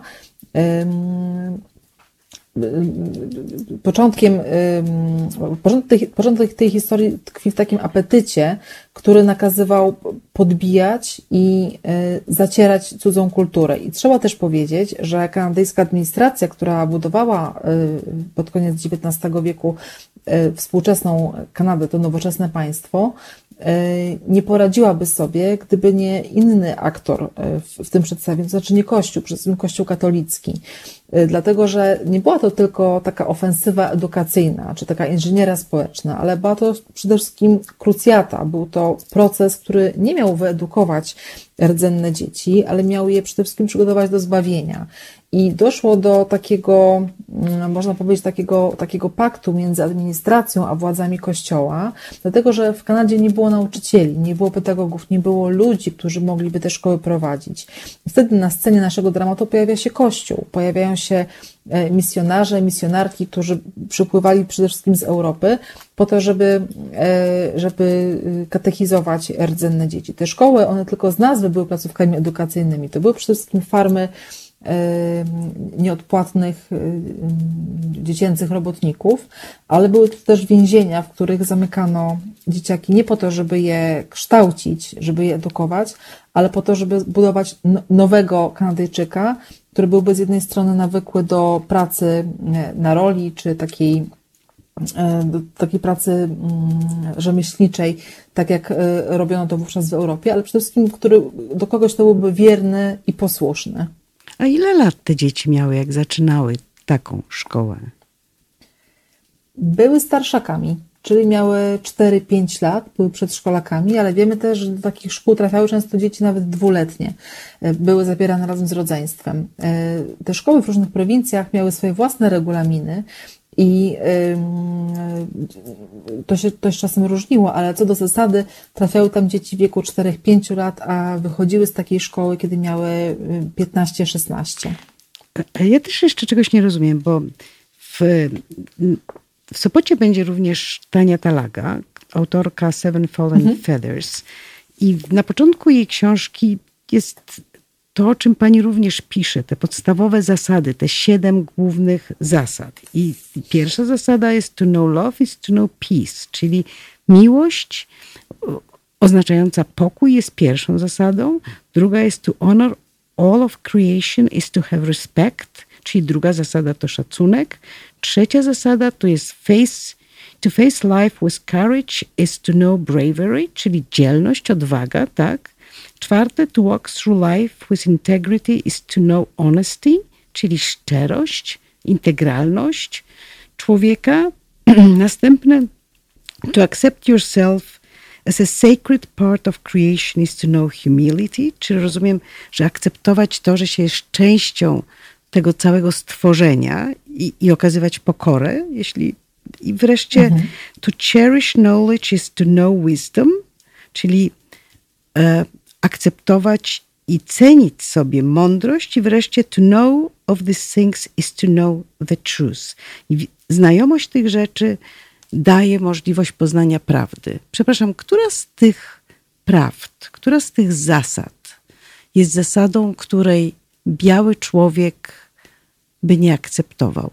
Początkiem, początek, początek tej historii tkwi w takim apetycie, który nakazywał podbijać i zacierać cudzą kulturę. I trzeba też powiedzieć, że kanadyjska administracja, która budowała pod koniec dziewiętnastego wieku współczesną Kanadę, to nowoczesne państwo, nie poradziłaby sobie, gdyby nie inny aktor w, w tym przedstawieniu, to znaczy nie Kościół, przede wszystkim Kościół katolicki. Dlatego, że nie była to tylko taka ofensywa edukacyjna, czy taka inżynieria społeczna, ale była to przede wszystkim krucjata. Był to proces, który nie miał wyedukować rdzenne dzieci, ale miał je przede wszystkim przygotować do zbawienia. I doszło do takiego, można powiedzieć, takiego, takiego paktu między administracją a władzami Kościoła, dlatego, że w Kanadzie nie było nauczycieli, nie było pedagogów, nie było ludzi, którzy mogliby te szkoły prowadzić. I wtedy na scenie naszego dramatu pojawia się Kościół, pojawiają się misjonarze, misjonarki, którzy przypływali przede wszystkim z Europy po to, żeby, żeby katechizować rdzenne dzieci. Te szkoły, one tylko z nazwy były placówkami edukacyjnymi. To były przede wszystkim farmy nieodpłatnych dziecięcych robotników, ale były to też więzienia, w których zamykano dzieciaki nie po to, żeby je kształcić, żeby je edukować, ale po to, żeby budować nowego Kanadyjczyka, który byłby z jednej strony nawykły do pracy na roli, czy takiej, do takiej pracy rzemieślniczej, tak jak robiono to wówczas w Europie, ale przede wszystkim który, do kogoś, kto byłby wierny i posłuszny. A ile lat te dzieci miały, jak zaczynały taką szkołę? Były starszakami, czyli miały cztery pięć lat, były przedszkolakami, ale wiemy też, że do takich szkół trafiały często dzieci nawet dwuletnie. Były zabierane razem z rodzeństwem. Te szkoły w różnych prowincjach miały swoje własne regulaminy i to się, to się czasem różniło, ale co do zasady trafiały tam dzieci w wieku cztery pięć lat, a wychodziły z takiej szkoły, kiedy miały piętnaście szesnaście. Ja też jeszcze czegoś nie rozumiem, bo w, w Sopocie będzie również Tania Talaga, autorka Seven Fallen mhm. Feathers. I na początku jej książki jest to, o czym pani również pisze, te podstawowe zasady, te siedem głównych zasad. I pierwsza zasada jest to know love is to know peace, czyli miłość oznaczająca pokój jest pierwszą zasadą. Druga jest to honor all of creation is to have respect, czyli druga zasada to szacunek. Trzecia zasada to jest face, to face life with courage is to know bravery, czyli dzielność, odwaga, tak? Czwarte, to walk through life with integrity is to know honesty, czyli szczerość, integralność człowieka. Następne, to accept yourself as a sacred part of creation is to know humility, czyli rozumiem, że akceptować to, że się jest częścią tego całego stworzenia i, i okazywać pokorę, jeśli i wreszcie mhm. to cherish knowledge is to know wisdom, czyli e, akceptować i cenić sobie mądrość i wreszcie to know of these things is to know the truth. I znajomość tych rzeczy daje możliwość poznania prawdy. Przepraszam, która z tych prawd, która z tych zasad jest zasadą, której biały człowiek by nie akceptował?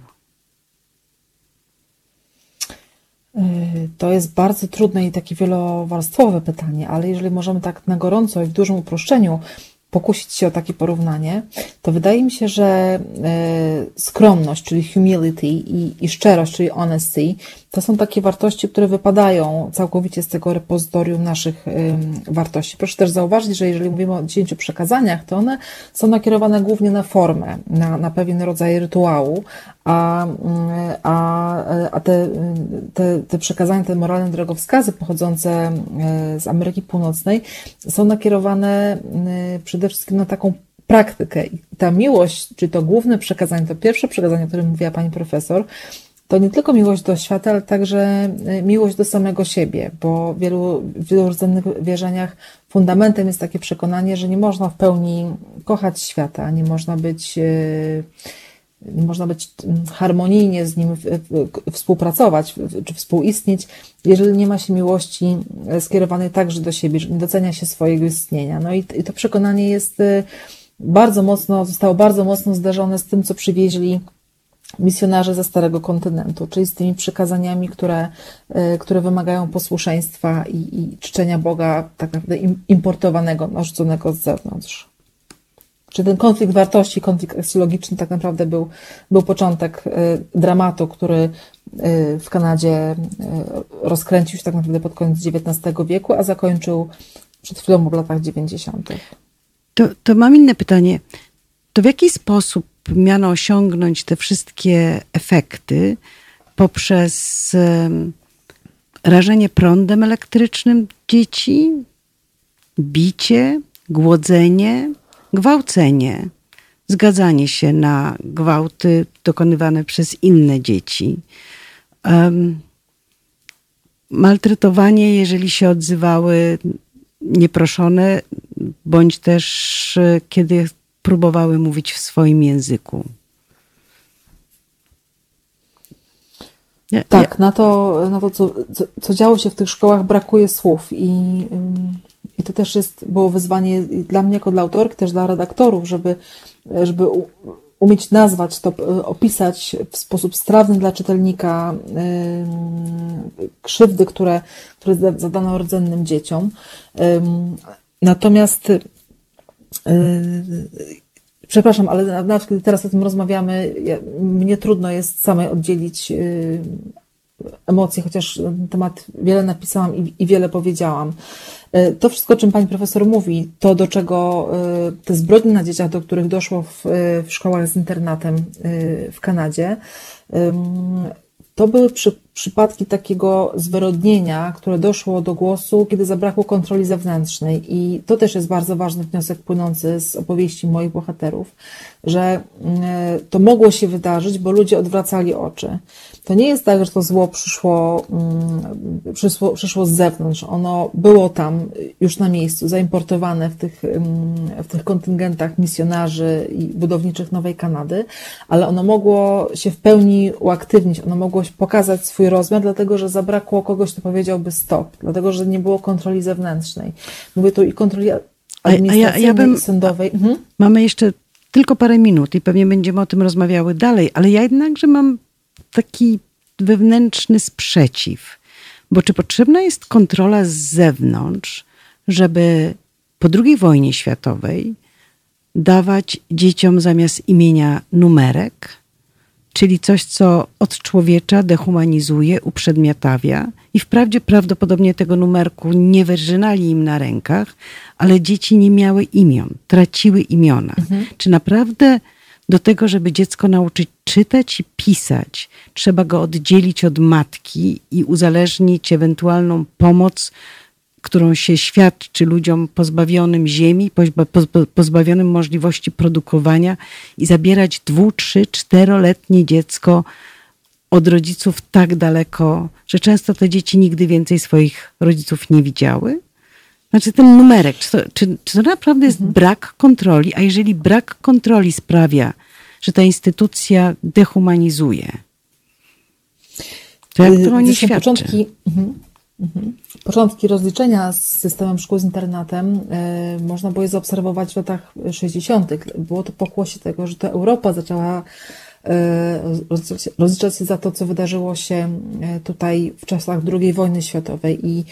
To jest bardzo trudne i takie wielowarstwowe pytanie, ale jeżeli możemy tak na gorąco i w dużym uproszczeniu pokusić się o takie porównanie, to wydaje mi się, że skromność, czyli humility i, i szczerość, czyli honesty, to są takie wartości, które wypadają całkowicie z tego repozytorium naszych wartości. Proszę też zauważyć, że jeżeli mówimy o dziesięciu przekazaniach, to one są nakierowane głównie na formę, na, na pewien rodzaj rytuału, a, a, a te, te, te przekazania, te moralne drogowskazy pochodzące z Ameryki Północnej są nakierowane przede wszystkim na taką praktykę. I ta miłość, czy to główne przekazanie, to pierwsze przekazanie, o którym mówiła pani profesor, to nie tylko miłość do świata, ale także miłość do samego siebie, bo w wielu, w wielu rdzennych wierzeniach fundamentem jest takie przekonanie, że nie można w pełni kochać świata, nie można być, nie można być harmonijnie z nim współpracować czy współistnieć, jeżeli nie ma się miłości skierowanej także do siebie, że nie docenia się swojego istnienia. No i to przekonanie jest bardzo mocno, zostało bardzo mocno zderzone z tym, co przywieźli misjonarze ze Starego Kontynentu, czyli z tymi przykazaniami, które, które wymagają posłuszeństwa i, i czczenia Boga tak naprawdę importowanego, narzuconego z zewnątrz. Czy ten konflikt wartości, konflikt aksjologiczny tak naprawdę był, był początek dramatu, który w Kanadzie rozkręcił się tak naprawdę pod koniec dziewiętnastego wieku, a zakończył przed chwilą w latach dziewięćdziesiątych. To, to mam inne pytanie. To w jaki sposób miano osiągnąć te wszystkie efekty poprzez um, rażenie prądem elektrycznym dzieci, bicie, głodzenie, gwałcenie, zgadzanie się na gwałty dokonywane przez inne dzieci, um, maltretowanie, jeżeli się odzywały nieproszone, bądź też kiedy próbowały mówić w swoim języku. Ja, tak, ja... na to, na to co, co, co działo się w tych szkołach, brakuje słów i, i to też jest, było wyzwanie dla mnie jako dla autorki, też dla redaktorów, żeby, żeby umieć nazwać to, opisać w sposób strawny dla czytelnika krzywdy, które, które zadano rdzennym dzieciom. Natomiast przepraszam, ale nawet kiedy teraz o tym rozmawiamy, mnie trudno jest samej oddzielić emocje, chociaż na ten temat wiele napisałam i, i wiele powiedziałam. To wszystko, o czym pani profesor mówi, to do czego te zbrodnie na dzieciach, do których doszło w, w szkołach z internatem w Kanadzie, to były przy, przypadki takiego zwyrodnienia, które doszło do głosu, kiedy zabrakło kontroli zewnętrznej. I to też jest bardzo ważny wniosek płynący z opowieści moich bohaterów, że to mogło się wydarzyć, bo ludzie odwracali oczy. To nie jest tak, że to zło przyszło, przyszło, przyszło z zewnątrz. Ono było tam już na miejscu, zaimportowane w tych, w tych kontyngentach misjonarzy i budowniczych Nowej Kanady, ale ono mogło się w pełni uaktywnić, ono mogło pokazać swój rozmiar, dlatego że zabrakło kogoś, kto powiedziałby stop, dlatego że nie było kontroli zewnętrznej. Mówię tu i kontroli administracyjnej, a ja, ja bym, i sądowej. Mhm. Mamy jeszcze tylko parę minut i pewnie będziemy o tym rozmawiały dalej, ale ja jednakże mam taki wewnętrzny sprzeciw, bo czy potrzebna jest kontrola z zewnątrz, żeby po drugiej wojnie światowej dawać dzieciom zamiast imienia numerek, czyli coś, co odczłowiecza, dehumanizuje, uprzedmiotawia i wprawdzie prawdopodobnie tego numerku nie wyrzynali im na rękach, ale dzieci nie miały imion, traciły imiona. Mhm. Czy naprawdę do tego, żeby dziecko nauczyć czytać i pisać, trzeba go oddzielić od matki i uzależnić ewentualną pomoc, którą się świadczy ludziom pozbawionym ziemi, pozbawionym możliwości produkowania i zabierać dwu, trzy, czteroletnie dziecko od rodziców tak daleko, że często te dzieci nigdy więcej swoich rodziców nie widziały? Znaczy ten numerek, czy to, czy, czy to naprawdę jest mhm. brak kontroli? A jeżeli brak kontroli sprawia, że ta instytucja dehumanizuje, to jak to o niej świadczy? Początki, mhm, mhm. Początki rozliczenia z systemem szkół z internatem y, można było je zaobserwować w latach sześćdziesiątych. Było to pokłosie tego, że to Europa zaczęła y, rozliczać się za to, co wydarzyło się tutaj w czasach drugiej wojny światowej i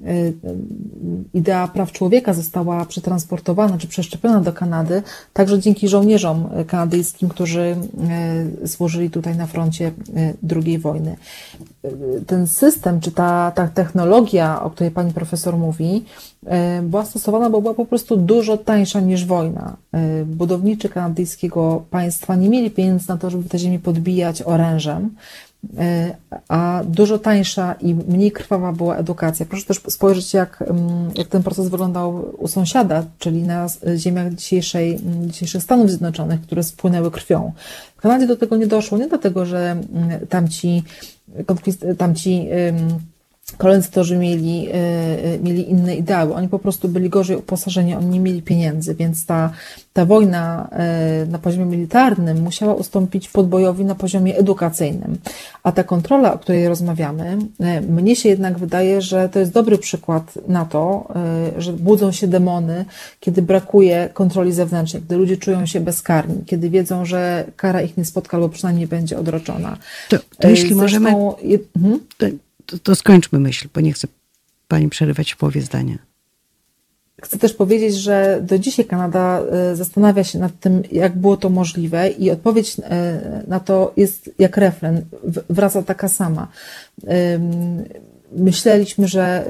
idea praw człowieka została przetransportowana czy przeszczepiona do Kanady, także dzięki żołnierzom kanadyjskim, którzy służyli tutaj na froncie drugiej wojny. Ten system, czy ta, ta technologia, o której pani profesor mówi, była stosowana, bo była po prostu dużo tańsza niż wojna. Budowniczy kanadyjskiego państwa nie mieli pieniędzy na to, żeby te ziemię podbijać orężem, a dużo tańsza i mniej krwawa była edukacja. Proszę też spojrzeć, jak, jak ten proces wyglądał u sąsiada, czyli na ziemiach dzisiejszej, dzisiejszych Stanów Zjednoczonych, które spłynęły krwią. W Kanadzie do tego nie doszło, nie dlatego, że tamci, tamci kolonizatorzy mieli, mieli inne ideały. Oni po prostu byli gorzej uposażeni, oni nie mieli pieniędzy, więc ta, ta wojna na poziomie militarnym musiała ustąpić podbojowi na poziomie edukacyjnym. A ta kontrola, o której rozmawiamy, mnie się jednak wydaje, że to jest dobry przykład na to, że budzą się demony, kiedy brakuje kontroli zewnętrznej, kiedy ludzie czują się bezkarni, kiedy wiedzą, że kara ich nie spotka albo przynajmniej będzie odroczona. To, to jeśli Zresztą, możemy... Hmm? To... To, to skończmy myśl, bo nie chcę pani przerywać w połowie zdania. Chcę też powiedzieć, że do dzisiaj Kanada zastanawia się nad tym, jak było to możliwe i odpowiedź na to jest jak refren, wraca taka sama. Myśleliśmy, że,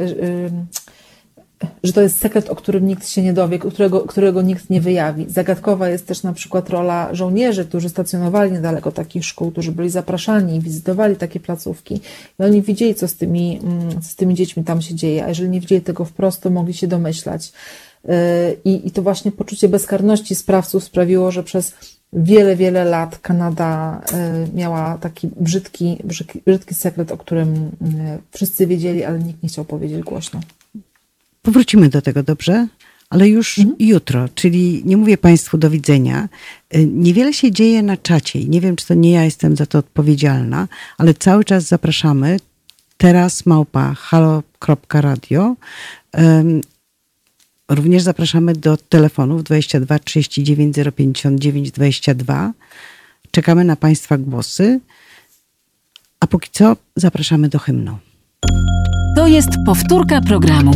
że to jest sekret, o którym nikt się nie dowie, którego, którego nikt nie wyjawi. Zagadkowa jest też na przykład rola żołnierzy, którzy stacjonowali niedaleko takich szkół, którzy byli zapraszani i wizytowali takie placówki. I oni widzieli, co z tymi, co z tymi dziećmi tam się dzieje, a jeżeli nie widzieli tego wprost, to mogli się domyślać. I, i to właśnie poczucie bezkarności sprawców sprawiło, że przez wiele, wiele lat Kanada miała taki brzydki, brzydki, brzydki sekret, o którym wszyscy wiedzieli, ale nikt nie chciał powiedzieć głośno. Powrócimy do tego, dobrze? Ale już mhm. jutro, czyli nie mówię Państwu do widzenia. Niewiele się dzieje na czacie i nie wiem, czy to nie ja jestem za to odpowiedzialna, ale cały czas zapraszamy. Teraz małpa halo kropka radio. Również zapraszamy do telefonów dwadzieścia dwa trzydzieści dziewięć zero pięćdziesiąt dziewięć dwadzieścia dwa. Czekamy na Państwa głosy. A póki co zapraszamy do hymnu. To jest powtórka programu.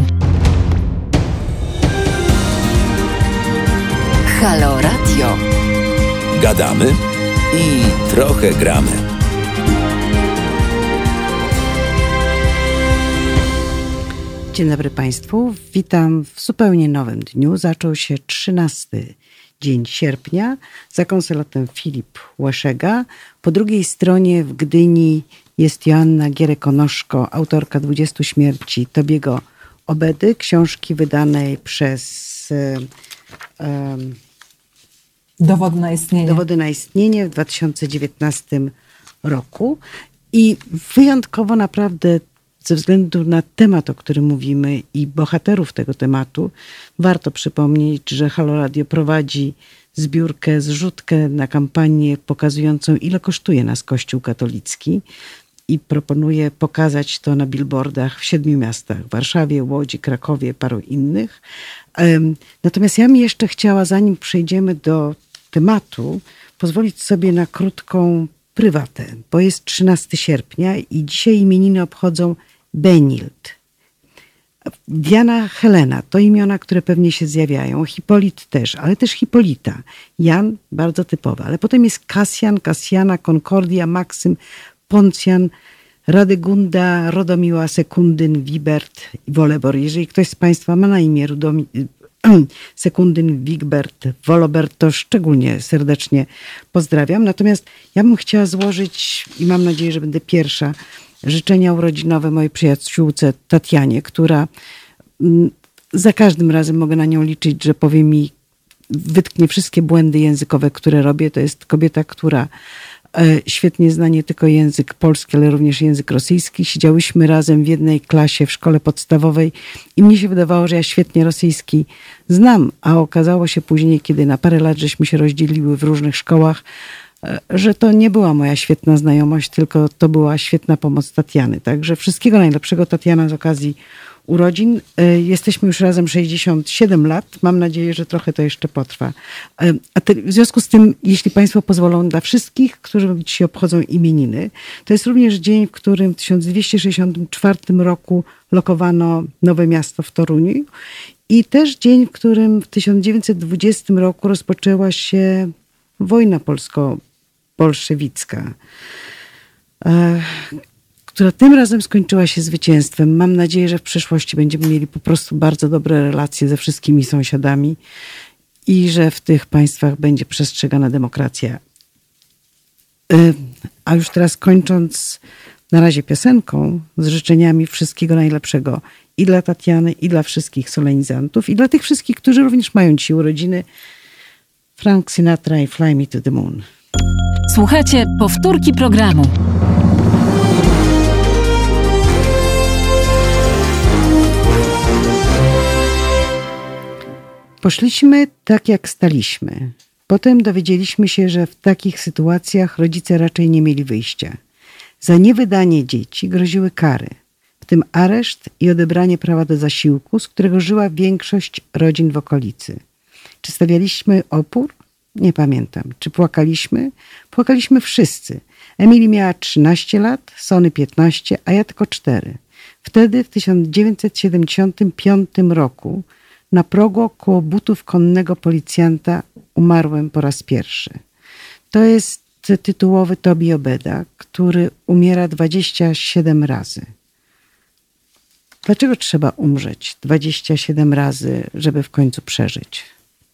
Halo Radio. Gadamy i trochę gramy. Dzień dobry Państwu. Witam w zupełnie nowym dniu. Zaczął się trzynasty dzień sierpnia. Za konsolatem Filip Łeszega. Po drugiej stronie w Gdyni jest Joanna Gierek-Onoszko, autorka dwudziestu śmierci Tobiego Obedy, książki wydanej przez um, Dowody na istnienie. Dowody na istnienie w dwa tysiące dziewiętnastym roku. I wyjątkowo naprawdę ze względu na temat, o którym mówimy i bohaterów tego tematu, warto przypomnieć, że Halo Radio prowadzi zbiórkę, zrzutkę na kampanię pokazującą, ile kosztuje nas Kościół katolicki i proponuje pokazać to na billboardach w siedmiu miastach, w Warszawie, Łodzi, Krakowie, paru innych. Natomiast ja bym jeszcze chciała, zanim przejdziemy do tematu, pozwolić sobie na krótką prywatę, bo jest trzynastego sierpnia i dzisiaj imieniny obchodzą Benild. Diana, Helena to imiona, które pewnie się zjawiają. Hipolit też, ale też Hipolita. Jan, bardzo typowe. Ale potem jest Kasjan, Kasjana, Konkordia, Maksym, Poncjan, Radygunda, Rodomiła, Sekundyn, Wibert i Wolebor. Jeżeli ktoś z Państwa ma na imię Rudomi, Sekundyn, Wigbert, Wolobert, to szczególnie serdecznie pozdrawiam. Natomiast ja bym chciała złożyć, i mam nadzieję, że będę pierwsza, życzenia urodzinowe mojej przyjaciółce Tatianie, która za każdym razem mogę na nią liczyć, że powie mi, wytknie wszystkie błędy językowe, które robię. To jest kobieta, która świetnie zna nie tylko język polski, ale również język rosyjski. Siedziałyśmy razem w jednej klasie w szkole podstawowej i mnie się wydawało, że ja świetnie rosyjski znam, a okazało się później, kiedy na parę lat żeśmy się rozdzieliły w różnych szkołach, że to nie była moja świetna znajomość, tylko to była świetna pomoc Tatiany. Także wszystkiego najlepszego, Tatiana, z okazji urodzin. Jesteśmy już razem sześćdziesiąt siedem lat. Mam nadzieję, że trochę to jeszcze potrwa. A te, w związku z tym, jeśli Państwo pozwolą, dla wszystkich, którzy dzisiaj obchodzą imieniny, to jest również dzień, w którym w tysiąc dwieście sześćdziesiątym czwartym roku lokowano nowe miasto w Toruniu i też dzień, w którym w tysiąc dziewięćset dwudziestym roku rozpoczęła się wojna polsko-bolszewicka, która tym razem skończyła się zwycięstwem. Mam nadzieję, że w przyszłości będziemy mieli po prostu bardzo dobre relacje ze wszystkimi sąsiadami i że w tych państwach będzie przestrzegana demokracja. A już teraz kończąc na razie piosenką z życzeniami wszystkiego najlepszego i dla Tatiany, i dla wszystkich solenizantów, i dla tych wszystkich, którzy również mają dzisiaj urodziny. Frank Sinatra i Fly Me to the Moon. Słuchajcie, powtórki programu. Poszliśmy tak, jak staliśmy. Potem dowiedzieliśmy się, że w takich sytuacjach rodzice raczej nie mieli wyjścia. Za niewydanie dzieci groziły kary, w tym areszt i odebranie prawa do zasiłku, z którego żyła większość rodzin w okolicy. Czy stawialiśmy opór? Nie pamiętam. Czy płakaliśmy? Płakaliśmy wszyscy. Emily miała trzynaście lat, Sony piętnaście, a ja tylko cztery. Wtedy w tysiąc dziewięćset siedemdziesiątym piątym roku na progu koło butów konnego policjanta umarłem po raz pierwszy. To jest tytułowy Tobi Obeda, który umiera dwadzieścia siedem razy. Dlaczego trzeba umrzeć dwadzieścia siedem razy, żeby w końcu przeżyć?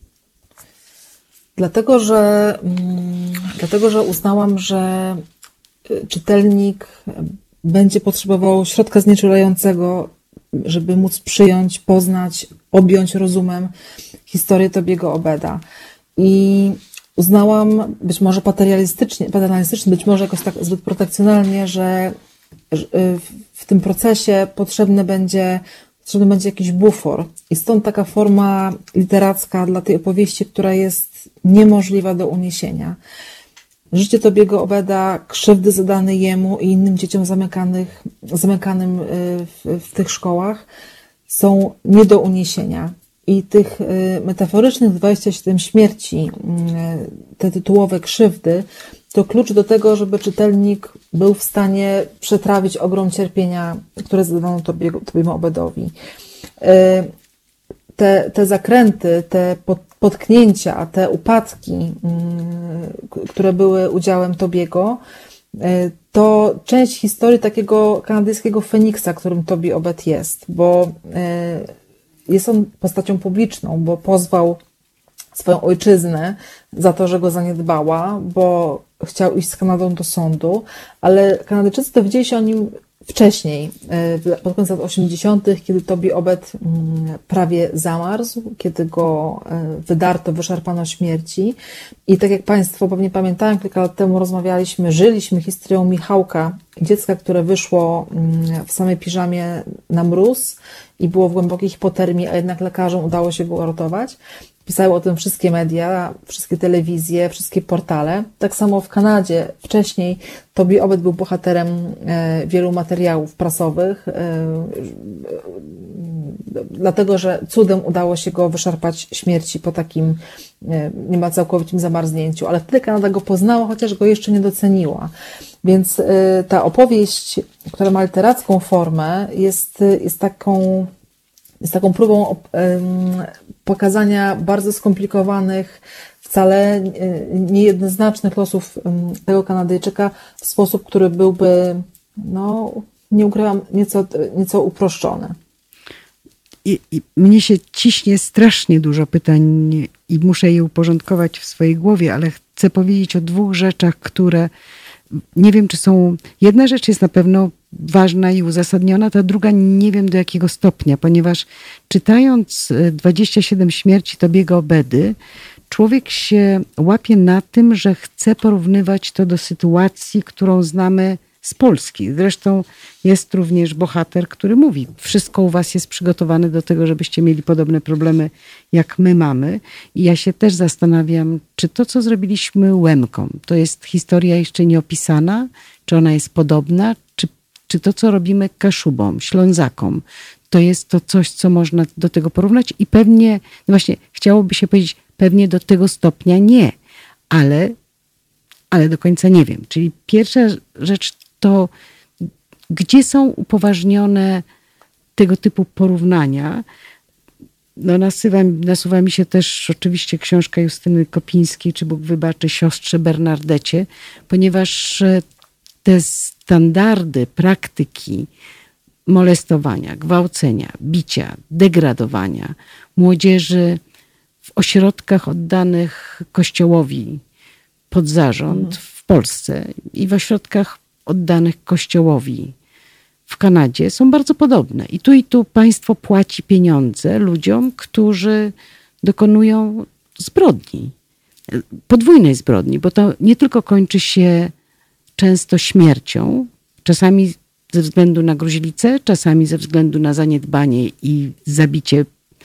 Dlatego, że, dlatego, że uznałam, że czytelnik będzie potrzebował środka znieczulającego, żeby móc przyjąć, poznać, objąć rozumem historię Tobiego Obeda. I uznałam, być może paternalistycznie, paternalistycznie, być może jakoś tak zbyt protekcjonalnie, że w tym procesie potrzebny będzie, potrzebny będzie jakiś bufor. I stąd taka forma literacka dla tej opowieści, która jest niemożliwa do uniesienia. Życie Tobiego Obeda, krzywdy zadane jemu i innym dzieciom zamykanych, zamykanym w, w tych szkołach są nie do uniesienia. i tych metaforycznych dwadzieścia siedem śmierci, te tytułowe krzywdy, to klucz do tego, żeby czytelnik był w stanie przetrawić ogrom cierpienia, które zadano Tobiemu Obedowi. Te, te zakręty, te potknięcia, te upadki, które były udziałem Tobiego, to część historii takiego kanadyjskiego Feniksa, którym Tobi Obed jest, bo jest on postacią publiczną, bo pozwał swoją ojczyznę za to, że go zaniedbała, bo chciał iść z Kanadą do sądu, ale Kanadyjczycy dowiedzieli się o nim wcześniej, pod koniec lat osiemdziesiątych, kiedy Tobi Obed prawie zamarzł, kiedy go wydarto, wyszarpano śmierci. I tak jak Państwo pewnie pamiętają, kilka lat temu rozmawialiśmy, żyliśmy historią Michałka, dziecka, które wyszło w samej piżamie na mróz i było w głębokiej hipotermii, a jednak lekarzom udało się go uratować. Pisały o tym wszystkie media, wszystkie telewizje, wszystkie portale. Tak samo w Kanadzie wcześniej Tobi Obed był bohaterem wielu materiałów prasowych, dlatego że cudem udało się go wyszarpać śmierci po takim niemal całkowitym zamarznięciu. Ale wtedy Kanada go poznała, chociaż go jeszcze nie doceniła. Więc ta opowieść, która ma literacką formę, jest, jest taką... jest taką próbą pokazania bardzo skomplikowanych, wcale niejednoznacznych losów tego Kanadyjczyka w sposób, który byłby, no, nie ukrywam, nieco, nieco uproszczony. I, I mnie się ciśnie strasznie dużo pytań i muszę je uporządkować w swojej głowie, ale chcę powiedzieć o dwóch rzeczach, które nie wiem, czy są... Jedna rzecz jest na pewno ważna i uzasadniona, ta druga nie wiem do jakiego stopnia, ponieważ czytając dwadzieścia siedem śmierci Tobiego Obedy, człowiek się łapie na tym, że chce porównywać to do sytuacji, którą znamy z Polski. Zresztą jest również bohater, który mówi, wszystko u was jest przygotowane do tego, żebyście mieli podobne problemy, jak my mamy. I ja się też zastanawiam, czy to, co zrobiliśmy Łemkom, to jest historia jeszcze nieopisana, czy ona jest podobna, czy, czy to, co robimy Kaszubom, Ślązakom, to jest to coś, co można do tego porównać i pewnie, no właśnie, chciałoby się powiedzieć, pewnie do tego stopnia nie, ale, ale do końca nie wiem. Czyli pierwsza rzecz to, gdzie są upoważnione tego typu porównania. No nasuwa, nasuwa mi się też oczywiście książka Justyny Kopińskiej, czy Bóg wybaczy siostrze Bernardecie, ponieważ te standardy, praktyki molestowania, gwałcenia, bicia, degradowania młodzieży w ośrodkach oddanych Kościołowi pod zarząd w Polsce i w ośrodkach oddanych Kościołowi w Kanadzie są bardzo podobne. I tu i tu państwo płaci pieniądze ludziom, którzy dokonują zbrodni, podwójnej zbrodni, bo to nie tylko kończy się często śmiercią, czasami ze względu na gruźlicę, czasami ze względu na zaniedbanie i zabicie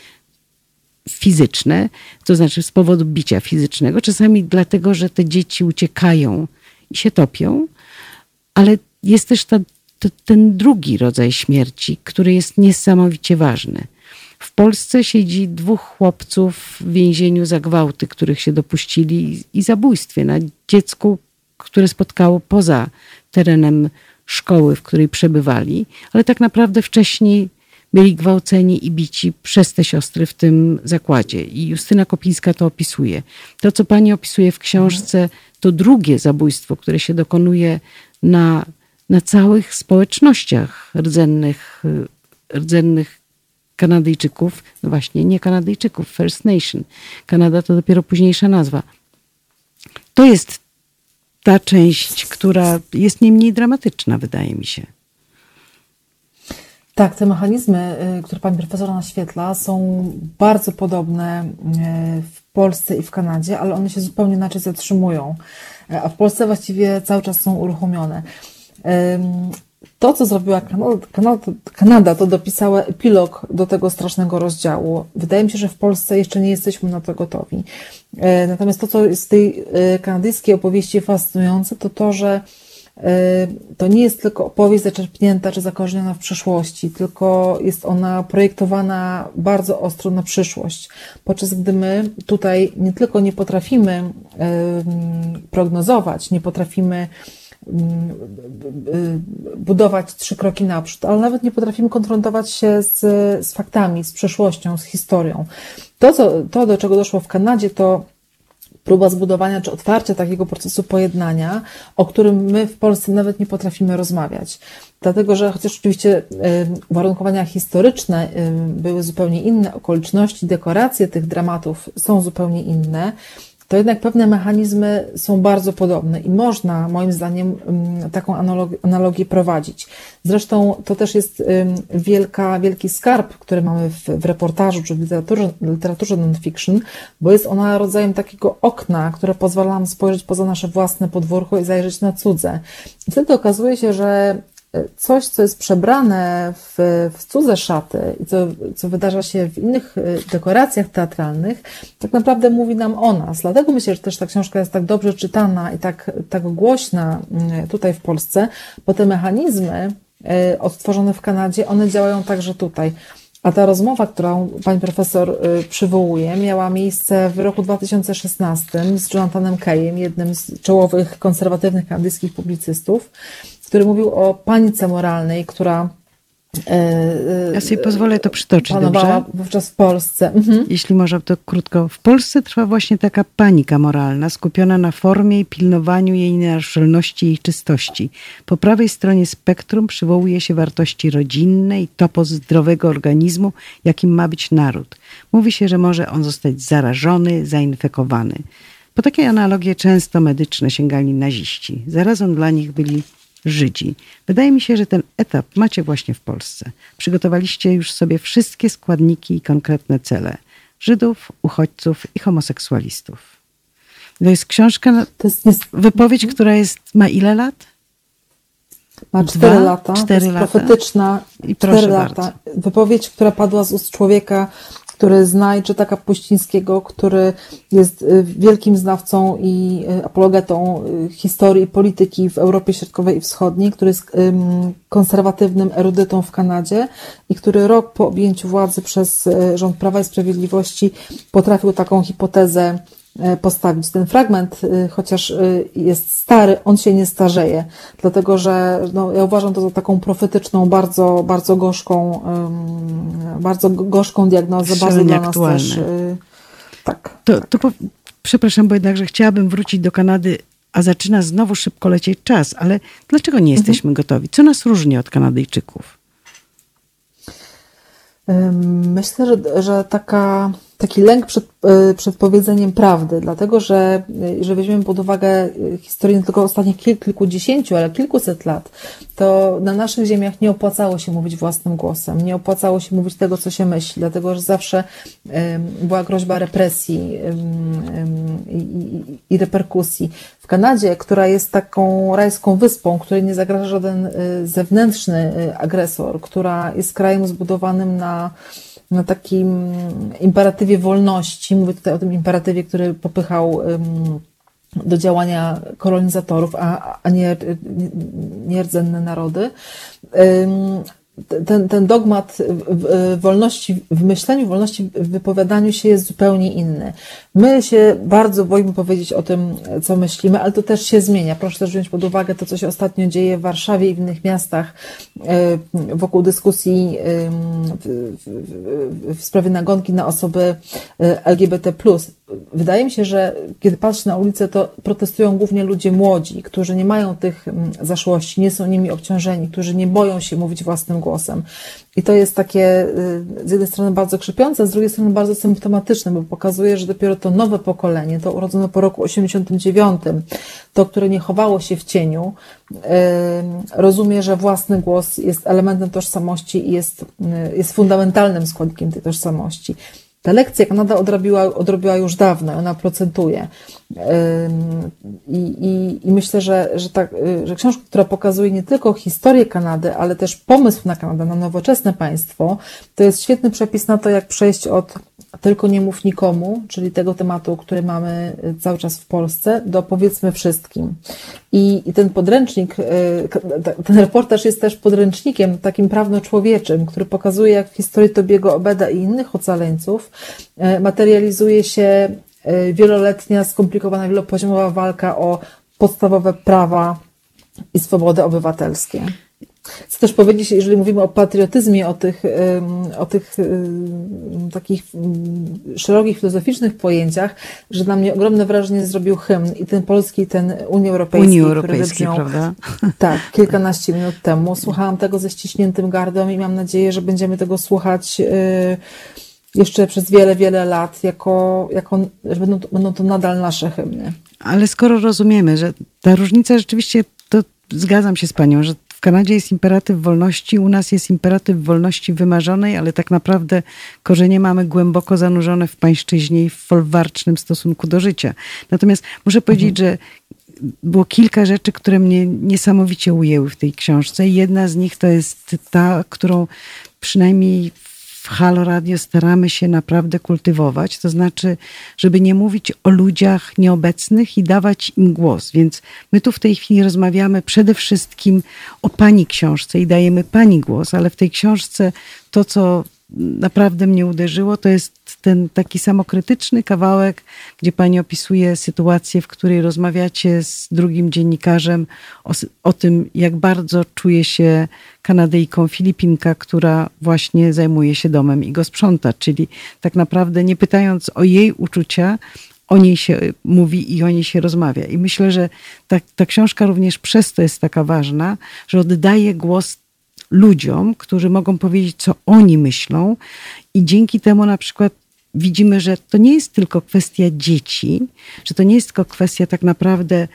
fizyczne, to znaczy z powodu bicia fizycznego, czasami dlatego, że te dzieci uciekają i się topią, ale jest też ta, to, ten drugi rodzaj śmierci, który jest niesamowicie ważny. W Polsce siedzi dwóch chłopców w więzieniu za gwałty, których się dopuścili i zabójstwie na dziecku, które spotkało poza terenem szkoły, w której przebywali, ale tak naprawdę wcześniej byli gwałceni i bici przez te siostry w tym zakładzie. I Justyna Kopińska to opisuje. To, co pani opisuje w książce, to drugie zabójstwo, które się dokonuje na, na całych społecznościach rdzennych, rdzennych Kanadyjczyków. No właśnie, nie Kanadyjczyków, First Nation. Kanada to dopiero późniejsza nazwa. To jest ta część, która jest nie mniej dramatyczna, wydaje mi się. Tak, te mechanizmy, które pani profesor naświetla, są bardzo podobne w Polsce i w Kanadzie, ale one się zupełnie inaczej zatrzymują. A w Polsce właściwie cały czas są uruchomione. To, co zrobiła Kanada, Kanada, Kanada, to dopisała epilog do tego strasznego rozdziału. Wydaje mi się, że w Polsce jeszcze nie jesteśmy na to gotowi. Natomiast to, co jest w tej kanadyjskiej opowieści fascynujące, to to, że to nie jest tylko opowieść zaczerpnięta czy zakorzeniona w przeszłości, tylko jest ona projektowana bardzo ostro na przyszłość. Podczas gdy my tutaj nie tylko nie potrafimy prognozować, nie potrafimy budować trzy kroki naprzód, ale nawet nie potrafimy konfrontować się z, z faktami, z przeszłością, z historią. To, co, to, do czego doszło w Kanadzie, to próba zbudowania czy otwarcia takiego procesu pojednania, o którym my w Polsce nawet nie potrafimy rozmawiać. Dlatego, że chociaż oczywiście uwarunkowania historyczne były zupełnie inne, okoliczności, dekoracje tych dramatów są zupełnie inne, to jednak pewne mechanizmy są bardzo podobne i można, moim zdaniem, taką analogię, analogię prowadzić. Zresztą to też jest wielka, wielki skarb, który mamy w, w reportażu czy w literaturze, literaturze non-fiction, bo jest ona rodzajem takiego okna, które pozwala nam spojrzeć poza nasze własne podwórko i zajrzeć na cudze. I wtedy okazuje się, że coś, co jest przebrane w, w cudze szaty i co, co wydarza się w innych dekoracjach teatralnych, tak naprawdę mówi nam o nas. Dlatego myślę, że też ta książka jest tak dobrze czytana i tak, tak głośna tutaj w Polsce, bo te mechanizmy odtworzone w Kanadzie, one działają także tutaj. A ta rozmowa, którą pani profesor przywołuje, miała miejsce w roku dwa tysiące szesnastym z Jonathanem Kayem, jednym z czołowych konserwatywnych kanadyjskich publicystów, który mówił o panice moralnej, która ja sobie pozwolę to przytoczyć, panowała dobrze? Wówczas w Polsce. Mhm. Jeśli można to krótko. W Polsce trwa właśnie taka panika moralna, skupiona na formie i pilnowaniu jej nieraszolności i czystości. Po prawej stronie spektrum przywołuje się wartości rodzinne i topos zdrowego organizmu, jakim ma być naród. Mówi się, że może on zostać zarażony, zainfekowany. Po takie analogie często medyczne sięgali naziści. Zarazem dla nich byli Żydzi. Wydaje mi się, że ten etap macie właśnie w Polsce. Przygotowaliście już sobie wszystkie składniki i konkretne cele. Żydów, uchodźców i homoseksualistów. To jest książka, to jest wypowiedź, która jest, ma ile lat? Ma cztery Dwa, lata. Cztery to jest lata. profetyczna. I cztery proszę lata. bardzo. Wypowiedź, która padła z ust człowieka, który zna i czyta Kapuścińskiego, który jest wielkim znawcą i apologetą historii i polityki w Europie Środkowej i Wschodniej, który jest konserwatywnym erudytą w Kanadzie i który rok po objęciu władzy przez rząd Prawa i Sprawiedliwości potrafił taką hipotezę postawić. Ten fragment, chociaż jest stary, on się nie starzeje, dlatego że no, ja uważam to za taką profetyczną, bardzo, bardzo gorzką, bardzo gorzką diagnozę, bardzo dla nas też. Tak. To, to po, przepraszam, bo jednakże chciałabym wrócić do Kanady, a zaczyna znowu szybko lecieć czas, ale dlaczego nie jesteśmy mhm. gotowi? Co nas różni od Kanadyjczyków? Myślę, że, że taka, taki lęk przed, przed powiedzeniem prawdy, dlatego że jeżeli weźmiemy pod uwagę historię nie tylko ostatnich kil, kilkudziesięciu, ale kilkuset lat, to na naszych ziemiach nie opłacało się mówić własnym głosem, nie opłacało się mówić tego, co się myśli, dlatego że zawsze była groźba represji i, i, i reperkusji. W Kanadzie, która jest taką rajską wyspą, której nie zagraża żaden zewnętrzny agresor, która jest krajem zbudowanym na, na takim imperatywie wolności, mówię tutaj o tym imperatywie, który popychał do działania kolonizatorów, a, a nie, nie rdzenne narody. Ten, ten dogmat wolności w myśleniu, wolności w wypowiadaniu się jest zupełnie inny. My się bardzo boimy powiedzieć o tym, co myślimy, ale to też się zmienia. Proszę też wziąć pod uwagę to, co się ostatnio dzieje w Warszawie i w innych miastach wokół dyskusji w, w, w sprawie nagonki na osoby L G B T plus. Wydaje mi się, że kiedy patrzę na ulicę, to protestują głównie ludzie młodzi, którzy nie mają tych zaszłości, nie są nimi obciążeni, którzy nie boją się mówić własnym głosem. I to jest takie z jednej strony bardzo krzepiące, z drugiej strony bardzo symptomatyczne, bo pokazuje, że dopiero to nowe pokolenie, to urodzone po roku osiemdziesiątym dziewiątym, to, które nie chowało się w cieniu, rozumie, że własny głos jest elementem tożsamości i jest, jest fundamentalnym składnikiem tej tożsamości. Te lekcje Kanada odrobiła, odrobiła już dawno, ona procentuje. I, i, i myślę, że, że, ta, że książka, która pokazuje nie tylko historię Kanady, ale też pomysł na Kanadę, na nowoczesne państwo, to jest świetny przepis na to, jak przejść od Tylko nie mów nikomu, czyli tego tematu, który mamy cały czas w Polsce, do powiedzmy wszystkim. I, i ten podręcznik, ten reportaż jest też podręcznikiem takim prawno-człowieczym, który pokazuje, jak w historii Tobiego Obeda i innych ocaleńców materializuje się wieloletnia, skomplikowana, wielopoziomowa walka o podstawowe prawa i swobody obywatelskie. Chcę też powiedzieć, jeżeli mówimy o patriotyzmie, o tych, o tych takich szerokich filozoficznych pojęciach, że na mnie ogromne wrażenie zrobił hymn i ten polski, i ten Unii Europejskiej, Unii który Europejskiej, wybrzmiał, prawda? Tak, kilkanaście minut temu. Słuchałam tego ze ściśniętym gardłem i mam nadzieję, że będziemy tego słuchać jeszcze przez wiele, wiele lat, jako, jako że będą to, będą to nadal nasze hymny. Ale skoro rozumiemy, że ta różnica rzeczywiście, to zgadzam się z panią, że w Kanadzie jest imperatyw wolności, u nas jest imperatyw wolności wymarzonej, ale tak naprawdę korzenie mamy głęboko zanurzone w pańszczyźnie i w folwarcznym stosunku do życia. Natomiast muszę powiedzieć, mhm. że było kilka rzeczy, które mnie niesamowicie ujęły w tej książce. Jedna z nich to jest ta, którą przynajmniej w Halo Radio staramy się naprawdę kultywować, to znaczy, żeby nie mówić o ludziach nieobecnych i dawać im głos. Więc my tu w tej chwili rozmawiamy przede wszystkim o pani książce i dajemy pani głos, ale w tej książce to, co naprawdę mnie uderzyło, to jest ten taki samokrytyczny kawałek, gdzie pani opisuje sytuację, w której rozmawiacie z drugim dziennikarzem o, o tym, jak bardzo czuje się Kanadyjką, Filipinka, która właśnie zajmuje się domem i go sprząta. Czyli tak naprawdę nie pytając o jej uczucia, o niej się mówi i o niej się rozmawia. I myślę, że ta, ta książka również przez to jest taka ważna, że oddaje głos ludziom, którzy mogą powiedzieć, co oni myślą, i dzięki temu na przykład widzimy, że to nie jest tylko kwestia dzieci, że to nie jest tylko kwestia tak naprawdę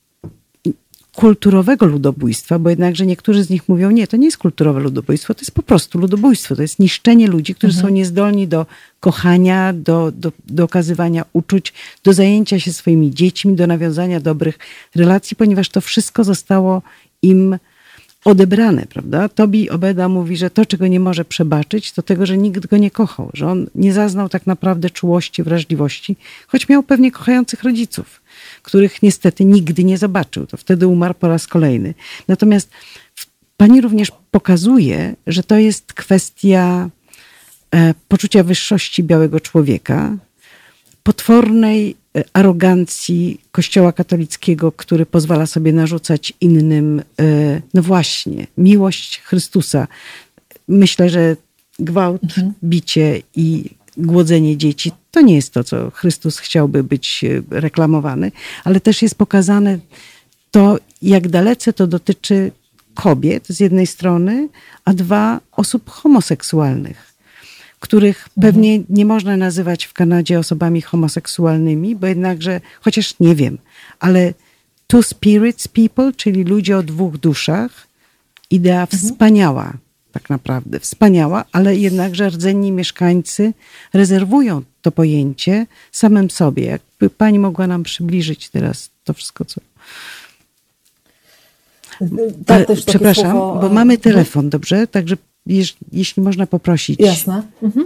kulturowego ludobójstwa, bo jednakże niektórzy z nich mówią, nie, to nie jest kulturowe ludobójstwo, to jest po prostu ludobójstwo, to jest niszczenie ludzi, którzy mhm. są niezdolni do kochania, do, do, do okazywania uczuć, do zajęcia się swoimi dziećmi, do nawiązania dobrych relacji, ponieważ to wszystko zostało im odebrane, prawda? Tobi Obeda mówi, że to, czego nie może przebaczyć, to tego, że nikt go nie kochał, że on nie zaznał tak naprawdę czułości, wrażliwości, choć miał pewnie kochających rodziców, których niestety nigdy nie zobaczył. To wtedy umarł po raz kolejny. Natomiast pani również pokazuje, że to jest kwestia e, poczucia wyższości białego człowieka, potwornej arogancji Kościoła katolickiego, który pozwala sobie narzucać innym, no właśnie, miłość Chrystusa. Myślę, że gwałt, mhm. bicie i głodzenie dzieci to nie jest to, co Chrystus chciałby być reklamowany, ale też jest pokazane to, jak dalece to dotyczy kobiet z jednej strony, a dwa osób homoseksualnych, których pewnie nie można nazywać w Kanadzie osobami homoseksualnymi, bo jednakże, chociaż nie wiem, ale two spirits people, czyli ludzie o dwóch duszach, idea mhm. wspaniała, tak naprawdę, wspaniała, ale jednakże rdzenni mieszkańcy rezerwują to pojęcie samym sobie. Jakby pani mogła nam przybliżyć teraz to wszystko, co... Tak, też przepraszam, słowo... bo mamy telefon, dobrze? Także jeż, jeśli można poprosić. Jasne. Mhm.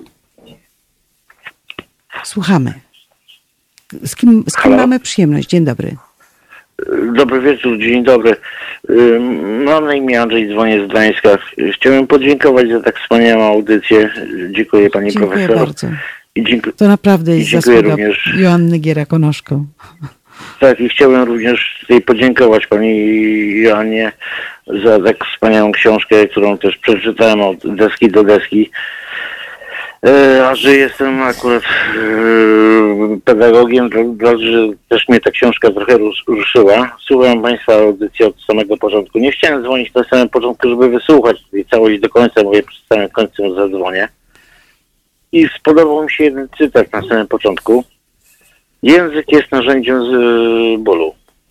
Słuchamy. Z kim, z kim mamy przyjemność? Dzień dobry. Dobry wieczór, dzień dobry. Mam na imię Andrzej, dzwonię z Gdańska. Chciałem podziękować za tak wspaniałą audycję. Dziękuję pani dziękuję profesor. Bardzo. I dziękuję, to naprawdę jest zasługa również Joanny Giera-Konoszko. Tak, i chciałem również tutaj podziękować pani Joannie za tak wspaniałą książkę, którą też przeczytałem od deski do deski. A że jestem akurat pedagogiem, to że też mnie ta książka trochę ruszyła. Słuchałem państwa audycji od samego początku. Nie chciałem dzwonić na samym początku, żeby wysłuchać całość do końca, mówię, przed samym końcem zadzwonię. I spodobał mi się jeden cytat na samym początku. Język jest narzędziem z bólu.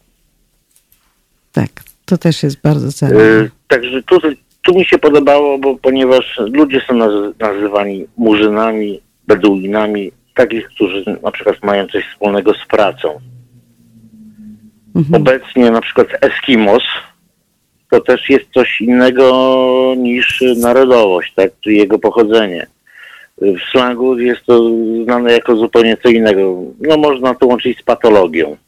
Tak, to też jest bardzo cenne. Yy, także tu, tu mi się podobało, bo ponieważ ludzie są naz- nazywani murzynami, beduinami, takich, którzy na przykład mają coś wspólnego z pracą. Mhm. Obecnie na przykład Eskimos to też jest coś innego niż narodowość, tak, czy jego pochodzenie. W slangu jest to znane jako zupełnie co innego. No można to łączyć z patologią.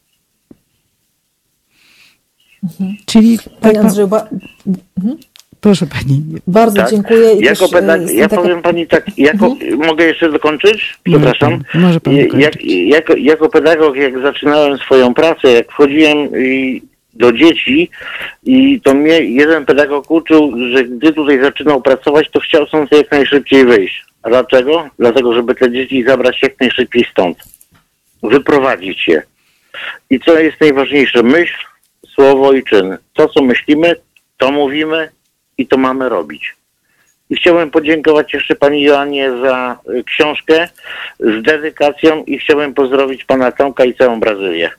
Mhm. Czyli Pani tak, Andrzeju, ba... mhm. proszę pani. Bardzo tak? dziękuję. I jako też, pedag- ja taka... powiem pani tak, jako, mhm. mogę jeszcze dokończyć? Przepraszam. Może, może pan dokończyć. Jak, jako, jako pedagog, jak zaczynałem swoją pracę, jak wchodziłem i do dzieci i to mnie jeden pedagog uczył, że gdy tutaj zaczynał pracować, to chciał stąd jak najszybciej wyjść. A dlaczego? Dlatego, żeby te dzieci zabrać jak najszybciej stąd. Wyprowadzić je. I co jest najważniejsze? Myśl, słowo i czyn. To, co myślimy, to mówimy i to mamy robić. I chciałem podziękować jeszcze pani Joannie za książkę z dedykacją i chciałem pozdrowić pana Tomka i całą Brazylię.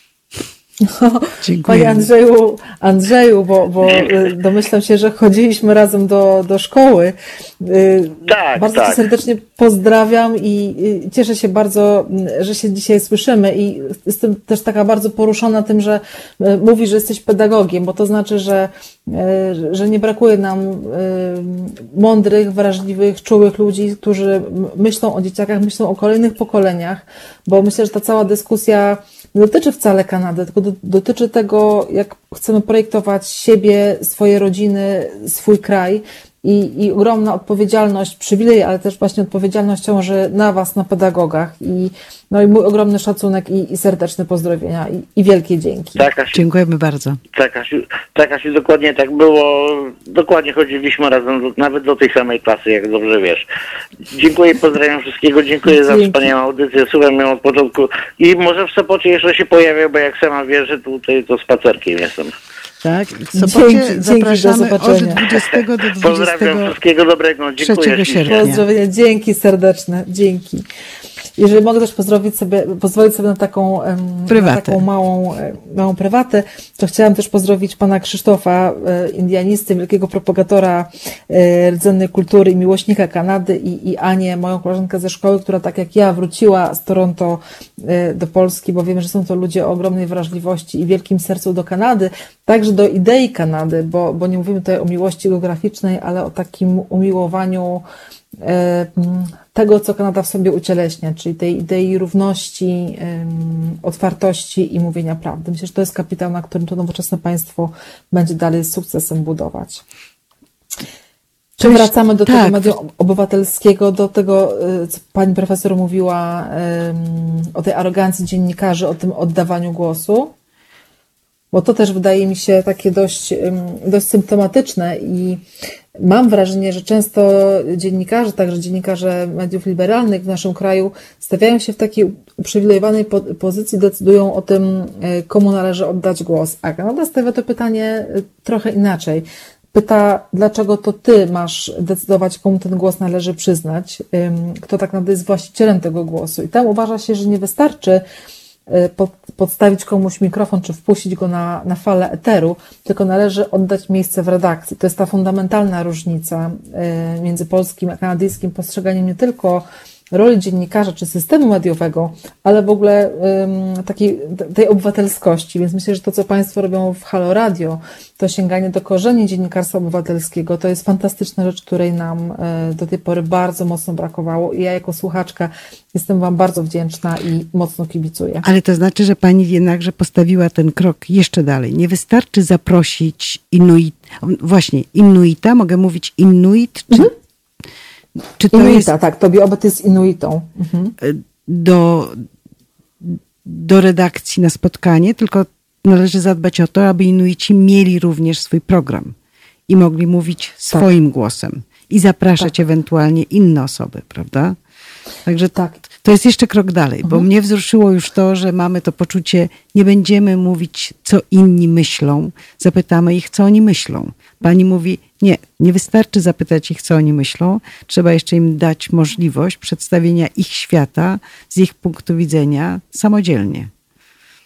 Dziękuję. Panie Andrzeju, Andrzeju, bo, bo domyślam się, że chodziliśmy razem do, do szkoły. Tak, bardzo tak. Cię serdecznie pozdrawiam i cieszę się bardzo, że się dzisiaj słyszymy i jestem też taka bardzo poruszona tym, że mówisz, że jesteś pedagogiem, bo to znaczy, że, że nie brakuje nam mądrych, wrażliwych, czułych ludzi, którzy myślą o dzieciakach, myślą o kolejnych pokoleniach, bo myślę, że ta cała dyskusja nie dotyczy wcale Kanady, tylko do, dotyczy tego, jak chcemy projektować siebie, swoje rodziny, swój kraj i, i ogromna odpowiedzialność, przywilej, ale też właśnie odpowiedzialność ciąży na was, na pedagogach i, no i mój ogromny szacunek i, i serdeczne pozdrowienia i, i wielkie dzięki. Tak, Asiu, Dziękujemy bardzo. tak, Asiu, tak, Asiu, dokładnie tak było. Dokładnie chodziliśmy razem, do, nawet do tej samej klasy, jak dobrze wiesz. Dziękuję, pozdrawiam wszystkiego, dziękuję za Dzięki. wspaniałą audycję, słucham ją od początku i może w Sopocie jeszcze się pojawię, bo jak sama wiesz, że tutaj to spacerkiem jestem. Tak, w Sopocie Dzięki, zapraszamy dzięki, do od zobaczenia. dwudziestego do Pozdrawiam, dwudziestego wszystkiego dobrego, dziękuję trzeciego ślicznie. sierpnia. Pozdrowienia, dzięki serdeczne, dzięki. Jeżeli mogę też pozdrowić sobie, pozwolić sobie na taką, em, na Prywatę. taką małą, e, małą prywatę, to chciałam też pozdrowić pana Krzysztofa, e, indianisty, wielkiego propagatora e, rdzennej kultury i miłośnika Kanady i, i Anię, moją koleżankę ze szkoły, która tak jak ja wróciła z Toronto e, do Polski, bo wiemy, że są to ludzie o ogromnej wrażliwości i wielkim sercu do Kanady, także do idei Kanady, bo, bo nie mówimy tutaj o miłości geograficznej, ale o takim umiłowaniu e, tego, co Kanada w sobie ucieleśnia, czyli tej idei równości, um, otwartości i mówienia prawdy. Myślę, że to jest kapitał, na którym to nowoczesne państwo będzie dalej z sukcesem budować. Przywracamy do tak. tego medium obywatelskiego, do tego, co pani profesor mówiła um, o tej arogancji dziennikarzy, o tym oddawaniu głosu, bo to też wydaje mi się takie dość, dość symptomatyczne i mam wrażenie, że często dziennikarze, także dziennikarze mediów liberalnych w naszym kraju stawiają się w takiej uprzywilejowanej pozycji, decydują o tym, komu należy oddać głos. A Kanada stawia to pytanie trochę inaczej. Pyta, dlaczego to ty masz decydować, komu ten głos należy przyznać, kto tak naprawdę jest właścicielem tego głosu. I tam uważa się, że nie wystarczy Pod, podstawić komuś mikrofon, czy wpuścić go na, na falę eteru, tylko należy oddać miejsce w redakcji. To jest ta fundamentalna różnica między polskim a kanadyjskim postrzeganiem nie tylko roli dziennikarza czy systemu mediowego, ale w ogóle um, takiej, tej obywatelskości. Więc myślę, że to, co państwo robią w Halo Radio, to sięganie do korzeni dziennikarstwa obywatelskiego, to jest fantastyczna rzecz, której nam e, do tej pory bardzo mocno brakowało i ja jako słuchaczka jestem wam bardzo wdzięczna i mocno kibicuję. Ale to znaczy, że pani jednakże postawiła ten krok jeszcze dalej. Nie wystarczy zaprosić Inuit, właśnie Inuita, mogę mówić Inuit, czy, Mhm. czy to Inuita, jest tak, Tobie Obyt jest Inuitą. Mhm. do, do redakcji na spotkanie, tylko należy zadbać o to, aby Inuici mieli również swój program i mogli mówić swoim tak. głosem i zapraszać tak. ewentualnie inne osoby, prawda? Także tak. to jest jeszcze krok dalej, bo mhm. mnie wzruszyło już to, że mamy to poczucie, nie będziemy mówić, co inni myślą, zapytamy ich, co oni myślą. Pani mówi, nie, nie wystarczy zapytać ich, co oni myślą, trzeba jeszcze im dać możliwość przedstawienia ich świata z ich punktu widzenia samodzielnie.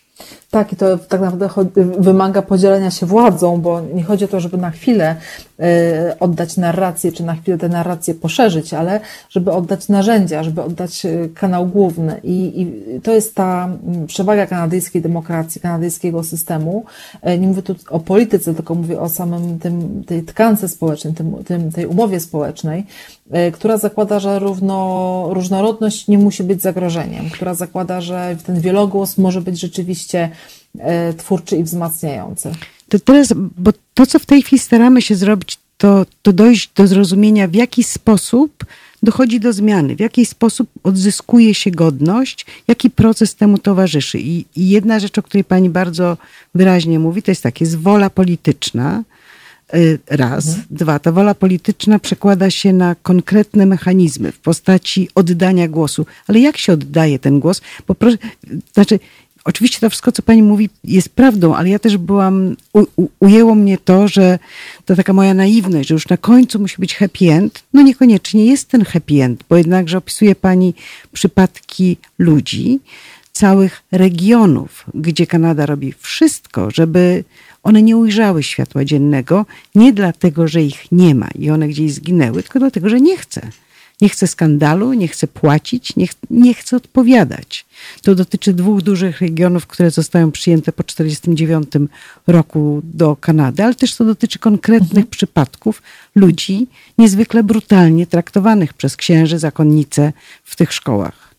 Tak, i to tak naprawdę wymaga podzielenia się władzą, bo nie chodzi o to, żeby na chwilę oddać narrację, czy na chwilę tę narrację poszerzyć, ale żeby oddać narzędzia, żeby oddać kanał główny. I, i to jest ta przewaga kanadyjskiej demokracji, kanadyjskiego systemu. Nie mówię tu o polityce, tylko mówię o samym tym, tej tkance społecznej, tym, tym, tej umowie społecznej, która zakłada, że równo, różnorodność nie musi być zagrożeniem, która zakłada, że ten wielogłos może być rzeczywiście twórczy i wzmacniający. To teraz, bo to, co w tej chwili staramy się zrobić, to, to dojść do zrozumienia, w jaki sposób dochodzi do zmiany, w jaki sposób odzyskuje się godność, jaki proces temu towarzyszy. I, i jedna rzecz, o której pani bardzo wyraźnie mówi, to jest tak, jest wola polityczna, raz. Mhm. Dwa, ta wola polityczna przekłada się na konkretne mechanizmy w postaci oddania głosu. Ale jak się oddaje ten głos? Bo proszę, znaczy, oczywiście to wszystko, co pani mówi, jest prawdą, ale ja też byłam, u, u, ujęło mnie to, że to taka moja naiwność, że już na końcu musi być happy end. No niekoniecznie jest ten happy end, bo jednakże opisuje pani przypadki ludzi, całych regionów, gdzie Kanada robi wszystko, żeby one nie ujrzały światła dziennego, nie dlatego, że ich nie ma i one gdzieś zginęły, tylko dlatego, że nie chce. Nie chce skandalu, nie chce płacić, nie, ch nie chce odpowiadać. To dotyczy dwóch dużych regionów, które zostają przyjęte po tysiąc dziewięćset czterdziestym dziewiątym roku do Kanady, ale też to dotyczy konkretnych mhm. przypadków ludzi niezwykle brutalnie traktowanych przez księży, zakonnice w tych szkołach.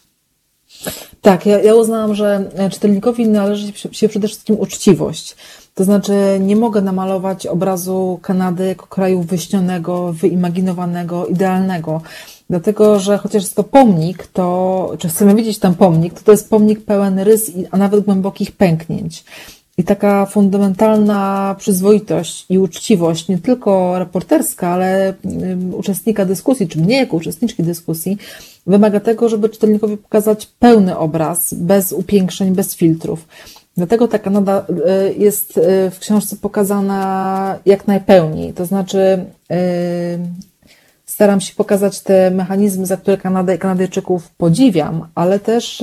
Tak, ja, ja uznałam, że czytelnikowi należy się przede wszystkim uczciwość. To znaczy nie mogę namalować obrazu Kanady jako kraju wyśnionego, wyimaginowanego, idealnego. Dlatego, że chociaż jest to pomnik, to, czy chcemy widzieć tam pomnik, to to jest pomnik pełen rys, a nawet głębokich pęknięć. I taka fundamentalna przyzwoitość i uczciwość, nie tylko reporterska, ale uczestnika dyskusji, czy mnie jako uczestniczki dyskusji, wymaga tego, żeby czytelnikowi pokazać pełny obraz, bez upiększeń, bez filtrów. Dlatego ta Kanada jest w książce pokazana jak najpełniej. To znaczy staram się pokazać te mechanizmy, za które Kanadę i Kanadyjczyków podziwiam, ale też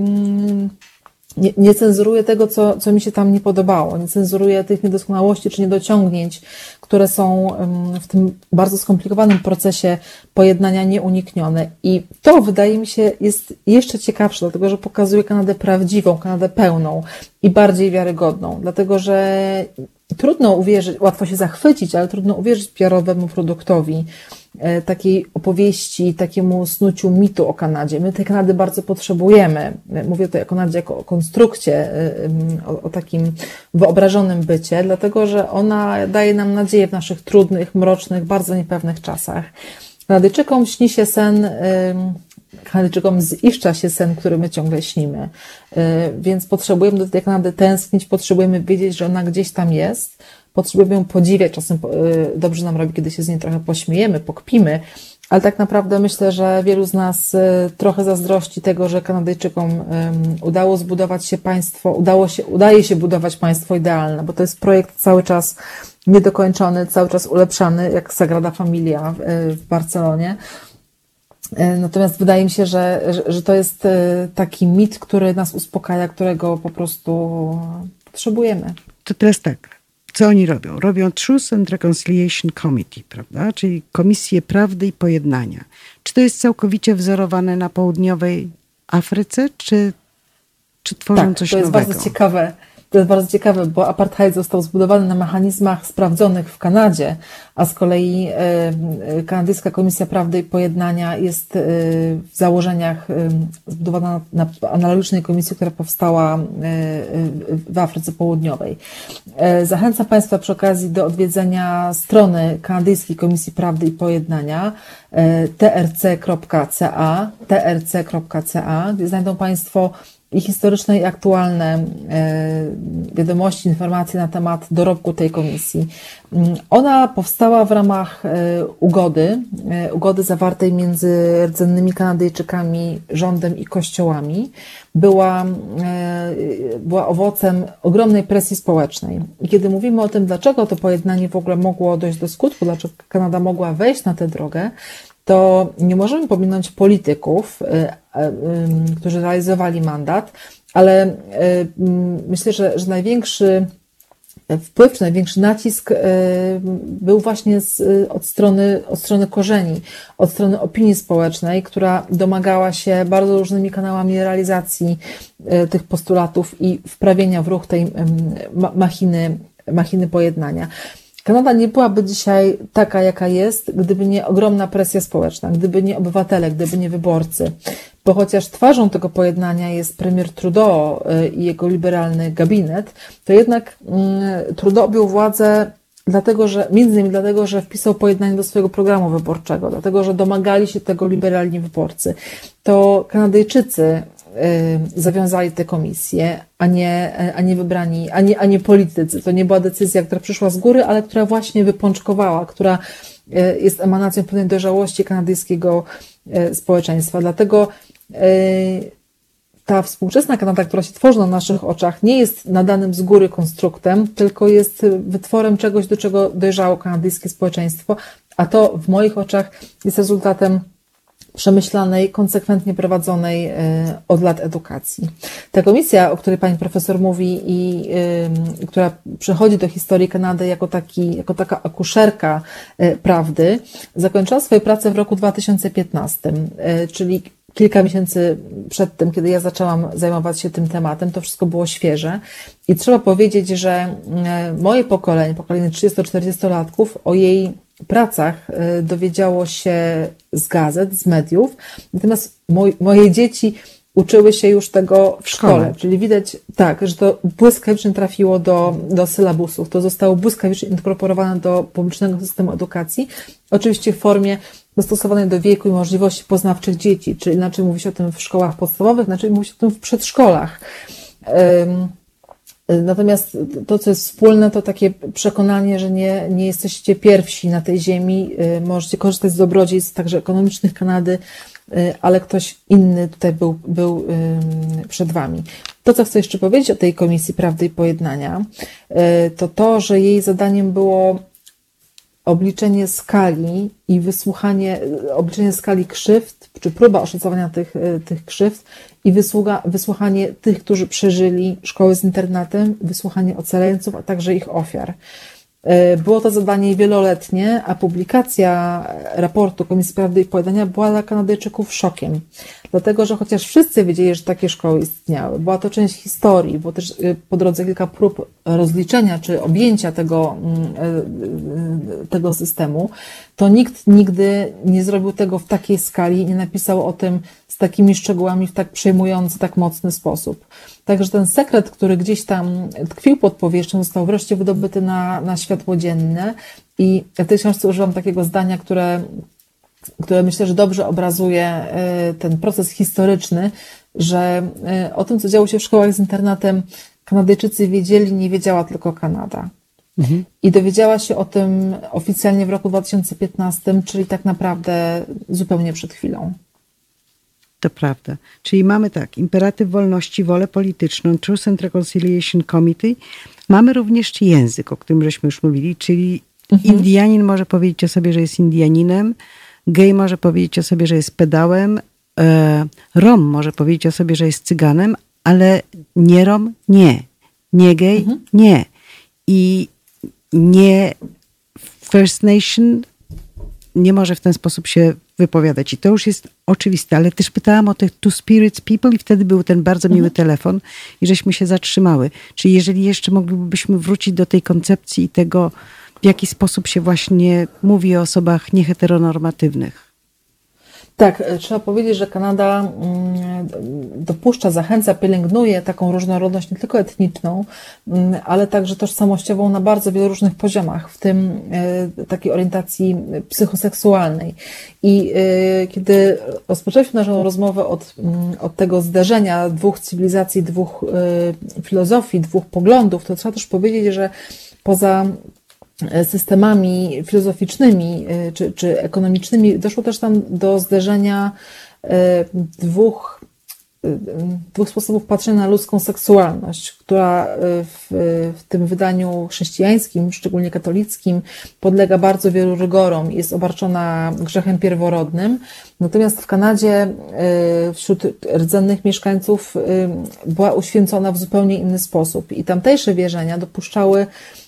nie, nie cenzuruję tego, co, co mi się tam nie podobało. Nie cenzuruję tych niedoskonałości czy niedociągnięć, które są w tym bardzo skomplikowanym procesie pojednania nieuniknione. I to, wydaje mi się, jest jeszcze ciekawsze, dlatego że pokazuje Kanadę prawdziwą, Kanadę pełną i bardziej wiarygodną. Dlatego, że trudno uwierzyć, łatwo się zachwycić, ale trudno uwierzyć P R-owemu produktowi, takiej opowieści, takiemu snuciu mitu o Kanadzie. My tej Kanady bardzo potrzebujemy. Mówię tutaj o Kanadzie jako o konstrukcie, o, o takim wyobrażonym bycie, dlatego że ona daje nam nadzieję w naszych trudnych, mrocznych, bardzo niepewnych czasach. Kanadyjczykom śni się sen, Kanadyjczykom ziszcza się sen, który my ciągle śnimy. Więc potrzebujemy do tej Kanady tęsknić, potrzebujemy wiedzieć, że ona gdzieś tam jest. Potrzebujemy ją podziwiać, czasem dobrze nam robi, kiedy się z niej trochę pośmiejemy, pokpimy, ale tak naprawdę myślę, że wielu z nas trochę zazdrości tego, że Kanadyjczykom udało zbudować się państwo, udało się, udaje się budować państwo idealne, bo to jest projekt cały czas niedokończony, cały czas ulepszany, jak Sagrada Familia w Barcelonie. Natomiast wydaje mi się, że, że to jest taki mit, który nas uspokaja, którego po prostu potrzebujemy. To teraz tak. Co oni robią? Robią Truth and Reconciliation Committee, prawda? Czyli Komisję Prawdy i Pojednania. Czy to jest całkowicie wzorowane na południowej Afryce, czy, czy tworzą tak, coś nowego? Tak, to jest bardzo ciekawe. To jest bardzo ciekawe, bo apartheid został zbudowany na mechanizmach sprawdzonych w Kanadzie, a z kolei Kanadyjska Komisja Prawdy i Pojednania jest w założeniach zbudowana na analogicznej komisji, która powstała w Afryce Południowej. Zachęcam Państwa przy okazji do odwiedzenia strony Kanadyjskiej Komisji Prawdy i Pojednania t r c kropka c a t r c kropka c a, gdzie znajdą Państwo i historyczne i aktualne wiadomości, informacje na temat dorobku tej komisji. Ona powstała w ramach ugody, ugody zawartej między rdzennymi Kanadyjczykami, rządem i kościołami. Była, była owocem ogromnej presji społecznej. I kiedy mówimy o tym, dlaczego to pojednanie w ogóle mogło dojść do skutku, dlaczego Kanada mogła wejść na tę drogę, to nie możemy pominąć polityków, którzy realizowali mandat, ale myślę, że, że największy wpływ, czy największy nacisk był właśnie z, od, strony, od strony korzeni, od strony opinii społecznej, która domagała się bardzo różnymi kanałami realizacji tych postulatów i wprawienia w ruch tej machiny, machiny pojednania. Kanada nie byłaby dzisiaj taka, jaka jest, gdyby nie ogromna presja społeczna, gdyby nie obywatele, gdyby nie wyborcy. Bo chociaż twarzą tego pojednania jest premier Trudeau i jego liberalny gabinet, to jednak Trudeau objął władzę dlatego, że, między innymi dlatego, że wpisał pojednanie do swojego programu wyborczego, dlatego, że domagali się tego liberalni wyborcy. To Kanadyjczycy zawiązali tę komisję, a nie, a nie wybrani, a nie, a nie politycy. To nie była decyzja, która przyszła z góry, ale która właśnie wypączkowała, która jest emanacją pewnej dojrzałości kanadyjskiego społeczeństwa. Dlatego ta współczesna Kanada, która się tworzy na naszych oczach, nie jest nadanym z góry konstruktem, tylko jest wytworem czegoś, do czego dojrzało kanadyjskie społeczeństwo, a to w moich oczach jest rezultatem przemyślanej, konsekwentnie prowadzonej od lat edukacji. Ta komisja, o której pani profesor mówi i y, która przechodzi do historii Kanady jako, taki, jako taka akuszerka prawdy, zakończyła swoje prace w roku dwa tysiące piętnastym, y, czyli kilka miesięcy przed tym, kiedy ja zaczęłam zajmować się tym tematem, to wszystko było świeże i trzeba powiedzieć, że moje pokolenie, pokolenie trzydziesto-czterdziestolatków o jej pracach dowiedziało się z gazet, z mediów, natomiast moj, moje dzieci uczyły się już tego w szkole, szkole. Czyli widać tak, że to błyskawicznie trafiło do, do sylabusów, to zostało błyskawicznie inkorporowane do publicznego systemu edukacji, oczywiście w formie dostosowanej do wieku i możliwości poznawczych dzieci, czyli inaczej mówi się o tym w szkołach podstawowych, inaczej mówi się o tym w przedszkolach. Natomiast to, co jest wspólne, to takie przekonanie, że nie, nie jesteście pierwsi na tej ziemi, możecie korzystać z dobrodziejstw także ekonomicznych Kanady, ale ktoś inny tutaj był, był przed wami. To, co chcę jeszcze powiedzieć o tej Komisji Prawdy i Pojednania, to to, że jej zadaniem było obliczenie skali i wysłuchanie, obliczenie skali krzywd, czy próba oszacowania tych, tych krzywd i wysługa, wysłuchanie tych, którzy przeżyli szkoły z internatem, wysłuchanie ocaleńców, a także ich ofiar. Było to zadanie wieloletnie, a publikacja raportu Komisji Prawdy i Pojednania była dla Kanadyjczyków szokiem. Dlatego, że chociaż wszyscy wiedzieli, że takie szkoły istniały, była to część historii, było też po drodze kilka prób rozliczenia czy objęcia tego, tego systemu, to nikt nigdy nie zrobił tego w takiej skali, nie napisał o tym z takimi szczegółami w tak przejmujący, tak mocny sposób. Także ten sekret, który gdzieś tam tkwił pod powierzchnią, został wreszcie wydobyty na, na światło dzienne i ja w tej książce używam takiego zdania, które, które myślę, że dobrze obrazuje ten proces historyczny, że o tym, co działo się w szkołach z internatem, Kanadyjczycy wiedzieli, nie wiedziała tylko Kanada. Mhm. I dowiedziała się o tym oficjalnie w roku dwa tysiące piętnastym, czyli tak naprawdę zupełnie przed chwilą. To prawda. Czyli mamy tak, imperatyw wolności, wolę polityczną, Truth and Reconciliation Committee. Mamy również język, o którym żeśmy już mówili, czyli mhm. Indianin może powiedzieć o sobie, że jest Indianinem, gej może powiedzieć o sobie, że jest pedałem, e, Rom może powiedzieć o sobie, że jest Cyganem, ale nie Rom, nie. Nie gej, mhm. nie. I nie First Nation nie może w ten sposób się wypowiadać. I to już jest oczywiste, ale też pytałam o tych Two Spirits People i wtedy był ten bardzo miły mhm. telefon i żeśmy się zatrzymały. Czyli jeżeli jeszcze moglibyśmy wrócić do tej koncepcji i tego, w jaki sposób się właśnie mówi o osobach nieheteronormatywnych. Tak, trzeba powiedzieć, że Kanada dopuszcza, zachęca, pielęgnuje taką różnorodność nie tylko etniczną, ale także tożsamościową na bardzo wielu różnych poziomach, w tym takiej orientacji psychoseksualnej. I kiedy rozpoczęliśmy naszą rozmowę od, od tego zderzenia dwóch cywilizacji, dwóch filozofii, dwóch poglądów, to trzeba też powiedzieć, że poza systemami filozoficznymi czy, czy ekonomicznymi doszło też tam do zderzenia dwóch dwóch sposobów patrzenia na ludzką seksualność, która w, w tym wydaniu chrześcijańskim, szczególnie katolickim, podlega bardzo wielu rygorom, jest obarczona grzechem pierworodnym. Natomiast w Kanadzie wśród rdzennych mieszkańców była uświęcona w zupełnie inny sposób i tamtejsze wierzenia dopuszczały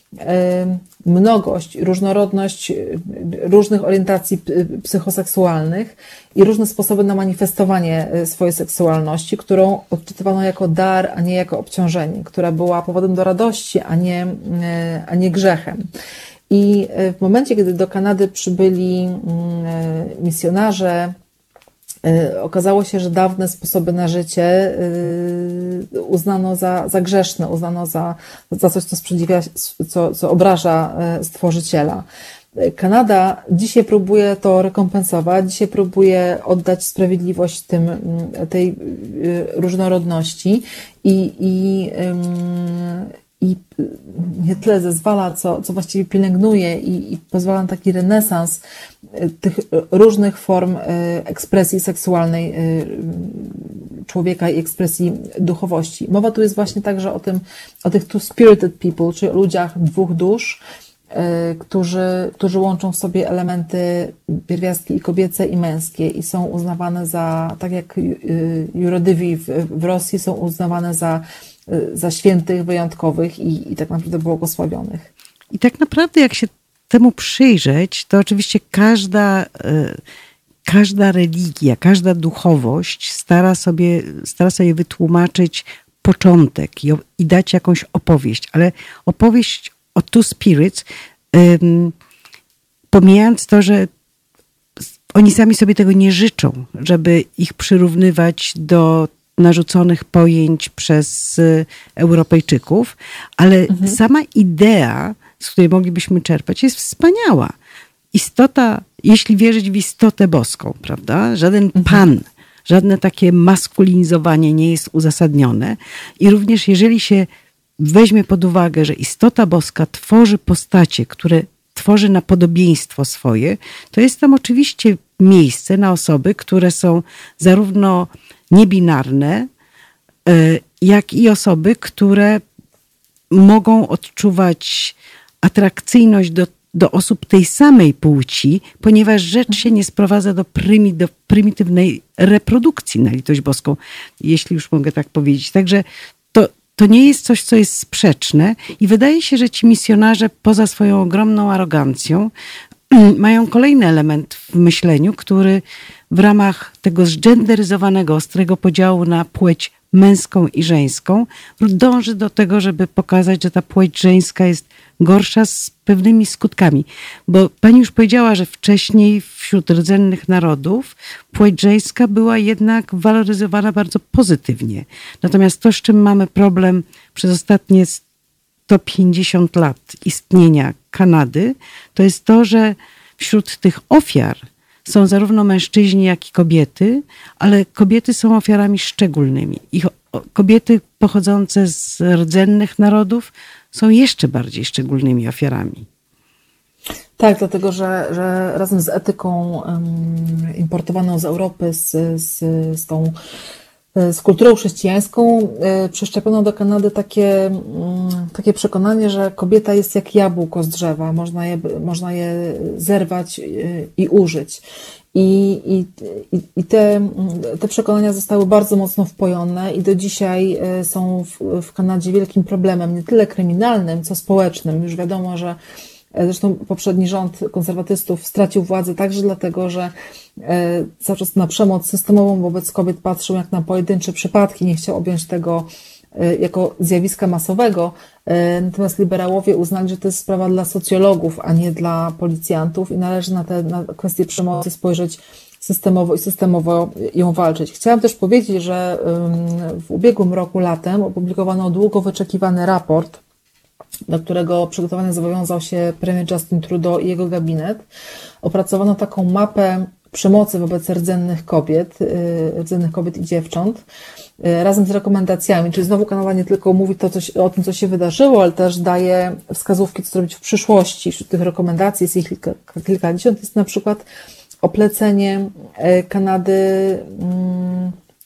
mnogość, różnorodność różnych orientacji psychoseksualnych i różne sposoby na manifestowanie swojej seksualności, którą odczytywano jako dar, a nie jako obciążenie, która była powodem do radości, a nie, a nie grzechem. I w momencie, kiedy do Kanady przybyli misjonarze, okazało się, że dawne sposoby na życie uznano za, za grzeszne, uznano za, za coś, co sprzeciwia, co, co obraża Stworzyciela. Kanada dzisiaj próbuje to rekompensować, dzisiaj próbuje oddać sprawiedliwość tym, tej różnorodności i, i, i nie tyle zezwala, co, co właściwie pielęgnuje i, i pozwala na taki renesans tych różnych form ekspresji seksualnej człowieka i ekspresji duchowości. Mowa tu jest właśnie także o tym, o tych two-spirited people, czyli o ludziach dwóch dusz, którzy, którzy łączą w sobie elementy pierwiastki i kobiece i męskie i są uznawane za, tak jak jurodywi w, w Rosji są uznawane za, za świętych, wyjątkowych i, i tak naprawdę błogosławionych. I tak naprawdę jak się temu przyjrzeć, to oczywiście każda, każda religia, każda duchowość stara sobie, stara sobie wytłumaczyć początek i, i dać jakąś opowieść, ale opowieść o Two Spirits, um, pomijając to, że oni sami sobie tego nie życzą, żeby ich przyrównywać do narzuconych pojęć przez Europejczyków, ale mhm. sama idea, z której moglibyśmy czerpać, jest wspaniała. Istota, jeśli wierzyć w istotę boską, prawda? Żaden mhm. pan, żadne takie maskulinizowanie nie jest uzasadnione. I również jeżeli się weźmie pod uwagę, że istota boska tworzy postacie, które tworzy na podobieństwo swoje, to jest tam oczywiście miejsce na osoby, które są zarówno niebinarne, jak i osoby, które mogą odczuwać atrakcyjność do, do osób tej samej płci, ponieważ rzecz się nie sprowadza do, prymi, do prymitywnej reprodukcji na litość boską, jeśli już mogę tak powiedzieć. Także to, to nie jest coś, co jest sprzeczne i wydaje się, że ci misjonarze poza swoją ogromną arogancją mają kolejny element w myśleniu, który w ramach tego zgenderyzowanego, ostrego podziału na płeć męską i żeńską dąży do tego, żeby pokazać, że ta płeć żeńska jest gorsza z pewnymi skutkami. Bo pani już powiedziała, że wcześniej wśród rdzennych narodów płeć żeńska była jednak waloryzowana bardzo pozytywnie. Natomiast to, z czym mamy problem przez ostatnie sto pięćdziesiąt lat istnienia Kanady, to jest to, że wśród tych ofiar są zarówno mężczyźni, jak i kobiety, ale kobiety są ofiarami szczególnymi. I kobiety pochodzące z rdzennych narodów są jeszcze bardziej szczególnymi ofiarami. Tak, dlatego że, że razem z etyką um, importowaną z Europy, z, z, z tą z kulturą chrześcijańską przeszczepiono do Kanady takie, takie przekonanie, że kobieta jest jak jabłko z drzewa, można je, można je zerwać i użyć. I, i, i te, te przekonania zostały bardzo mocno wpojone i do dzisiaj są w, w Kanadzie wielkim problemem, nie tyle kryminalnym, co społecznym. Już wiadomo, że zresztą poprzedni rząd konserwatystów stracił władzę także dlatego, że cały czas na przemoc systemową wobec kobiet patrzył jak na pojedyncze przypadki, nie chciał objąć tego jako zjawiska masowego. Natomiast liberałowie uznali, że to jest sprawa dla socjologów, a nie dla policjantów i należy na te na kwestie przemocy spojrzeć systemowo i systemowo ją walczyć. Chciałam też powiedzieć, że w ubiegłym roku latem opublikowano długo wyczekiwany raport, do którego przygotowania zobowiązał się premier Justin Trudeau i jego gabinet. Opracowano taką mapę przemocy wobec rdzennych kobiet, rdzennych kobiet i dziewcząt, razem z rekomendacjami, czyli znowu Kanada nie tylko mówi to, co, o tym, co się wydarzyło, ale też daje wskazówki, co zrobić w przyszłości. Wśród tych rekomendacji jest ich kilka, kilkadziesiąt, jest na przykład oplecenie Kanady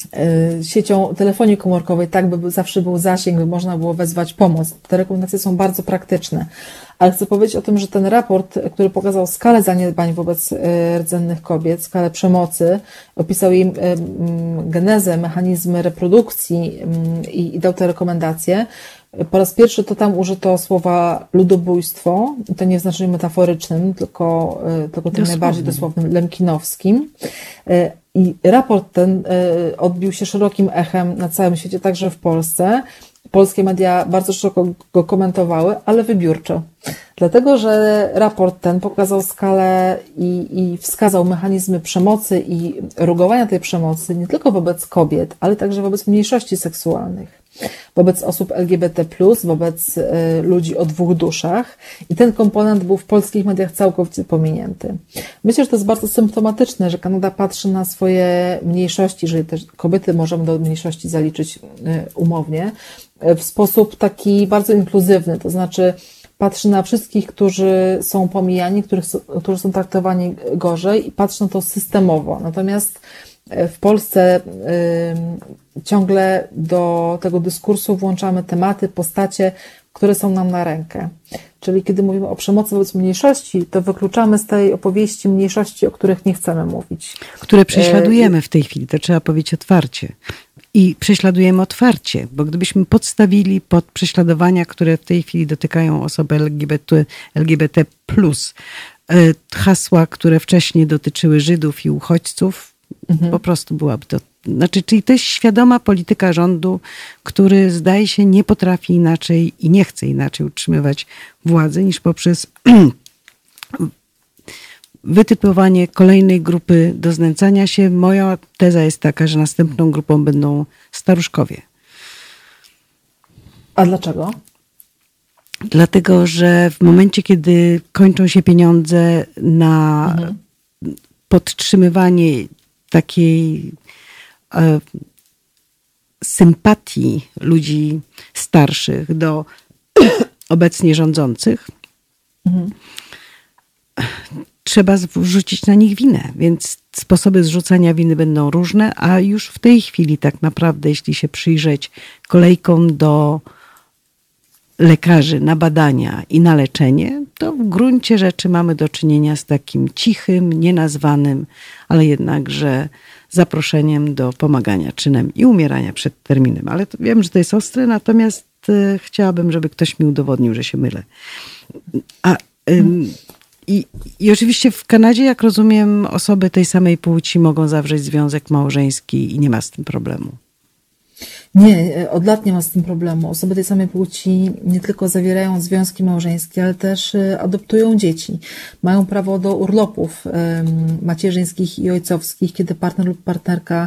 siecią telefonii komórkowej, tak by zawsze był zasięg, by można było wezwać pomoc. Te rekomendacje są bardzo praktyczne. Ale chcę powiedzieć o tym, że ten raport, który pokazał skalę zaniedbań wobec rdzennych kobiet, skalę przemocy, opisał jej genezę, mechanizmy reprodukcji i, i dał te rekomendacje. Po raz pierwszy to tam użyto słowa ludobójstwo, i to nie w znaczeniu metaforycznym, tylko, tylko tym najbardziej dosłownym, lemkinowskim. I raport ten odbił się szerokim echem na całym świecie, także w Polsce. Polskie media bardzo szeroko go komentowały, ale wybiórczo. Dlatego, że raport ten pokazał skalę i, i wskazał mechanizmy przemocy i rugowania tej przemocy nie tylko wobec kobiet, ale także wobec mniejszości seksualnych, wobec osób L G B T plus, wobec y, ludzi o dwóch duszach. I ten komponent był w polskich mediach całkowicie pominięty. Myślę, że to jest bardzo symptomatyczne, że Kanada patrzy na swoje mniejszości, że też kobiety możemy do mniejszości zaliczyć y, umownie, y, w sposób taki bardzo inkluzywny, to znaczy patrzy na wszystkich, którzy są pomijani, których, którzy są traktowani gorzej i patrzy na to systemowo. Natomiast w Polsce y, ciągle do tego dyskursu włączamy tematy, postacie, które są nam na rękę. Czyli kiedy mówimy o przemocy wobec mniejszości, to wykluczamy z tej opowieści mniejszości, o których nie chcemy mówić. Które prześladujemy w tej chwili, to trzeba powiedzieć otwarcie. I prześladujemy otwarcie, bo gdybyśmy podstawili pod prześladowania, które w tej chwili dotykają osoby L G B T, L G B T plus, hasła, które wcześniej dotyczyły Żydów i uchodźców, mhm. po prostu byłaby to... Znaczy, czyli to jest świadoma polityka rządu, który zdaje się nie potrafi inaczej i nie chce inaczej utrzymywać władzy niż poprzez wytypowanie kolejnej grupy do znęcania się. Moja teza jest taka, że następną grupą będą staruszkowie. A dlaczego? Dlatego, że w momencie, kiedy kończą się pieniądze na mhm. podtrzymywanie takiej e, sympatii ludzi starszych do obecnie rządzących, mhm. trzeba zrzucić na nich winę, więc sposoby zrzucania winy będą różne, a już w tej chwili tak naprawdę, jeśli się przyjrzeć kolejkom do lekarzy na badania i na leczenie, to w gruncie rzeczy mamy do czynienia z takim cichym, nienazwanym, ale jednakże zaproszeniem do pomagania czynem i umierania przed terminem. Ale to wiem, że to jest ostre, natomiast e, chciałabym, żeby ktoś mi udowodnił, że się mylę. A ym, I, I oczywiście w Kanadzie, jak rozumiem, osoby tej samej płci mogą zawrzeć związek małżeński i nie ma z tym problemu. Nie, od lat nie ma z tym problemu. Osoby tej samej płci nie tylko zawierają związki małżeńskie, ale też adoptują dzieci. Mają prawo do urlopów macierzyńskich i ojcowskich, kiedy partner lub partnerka,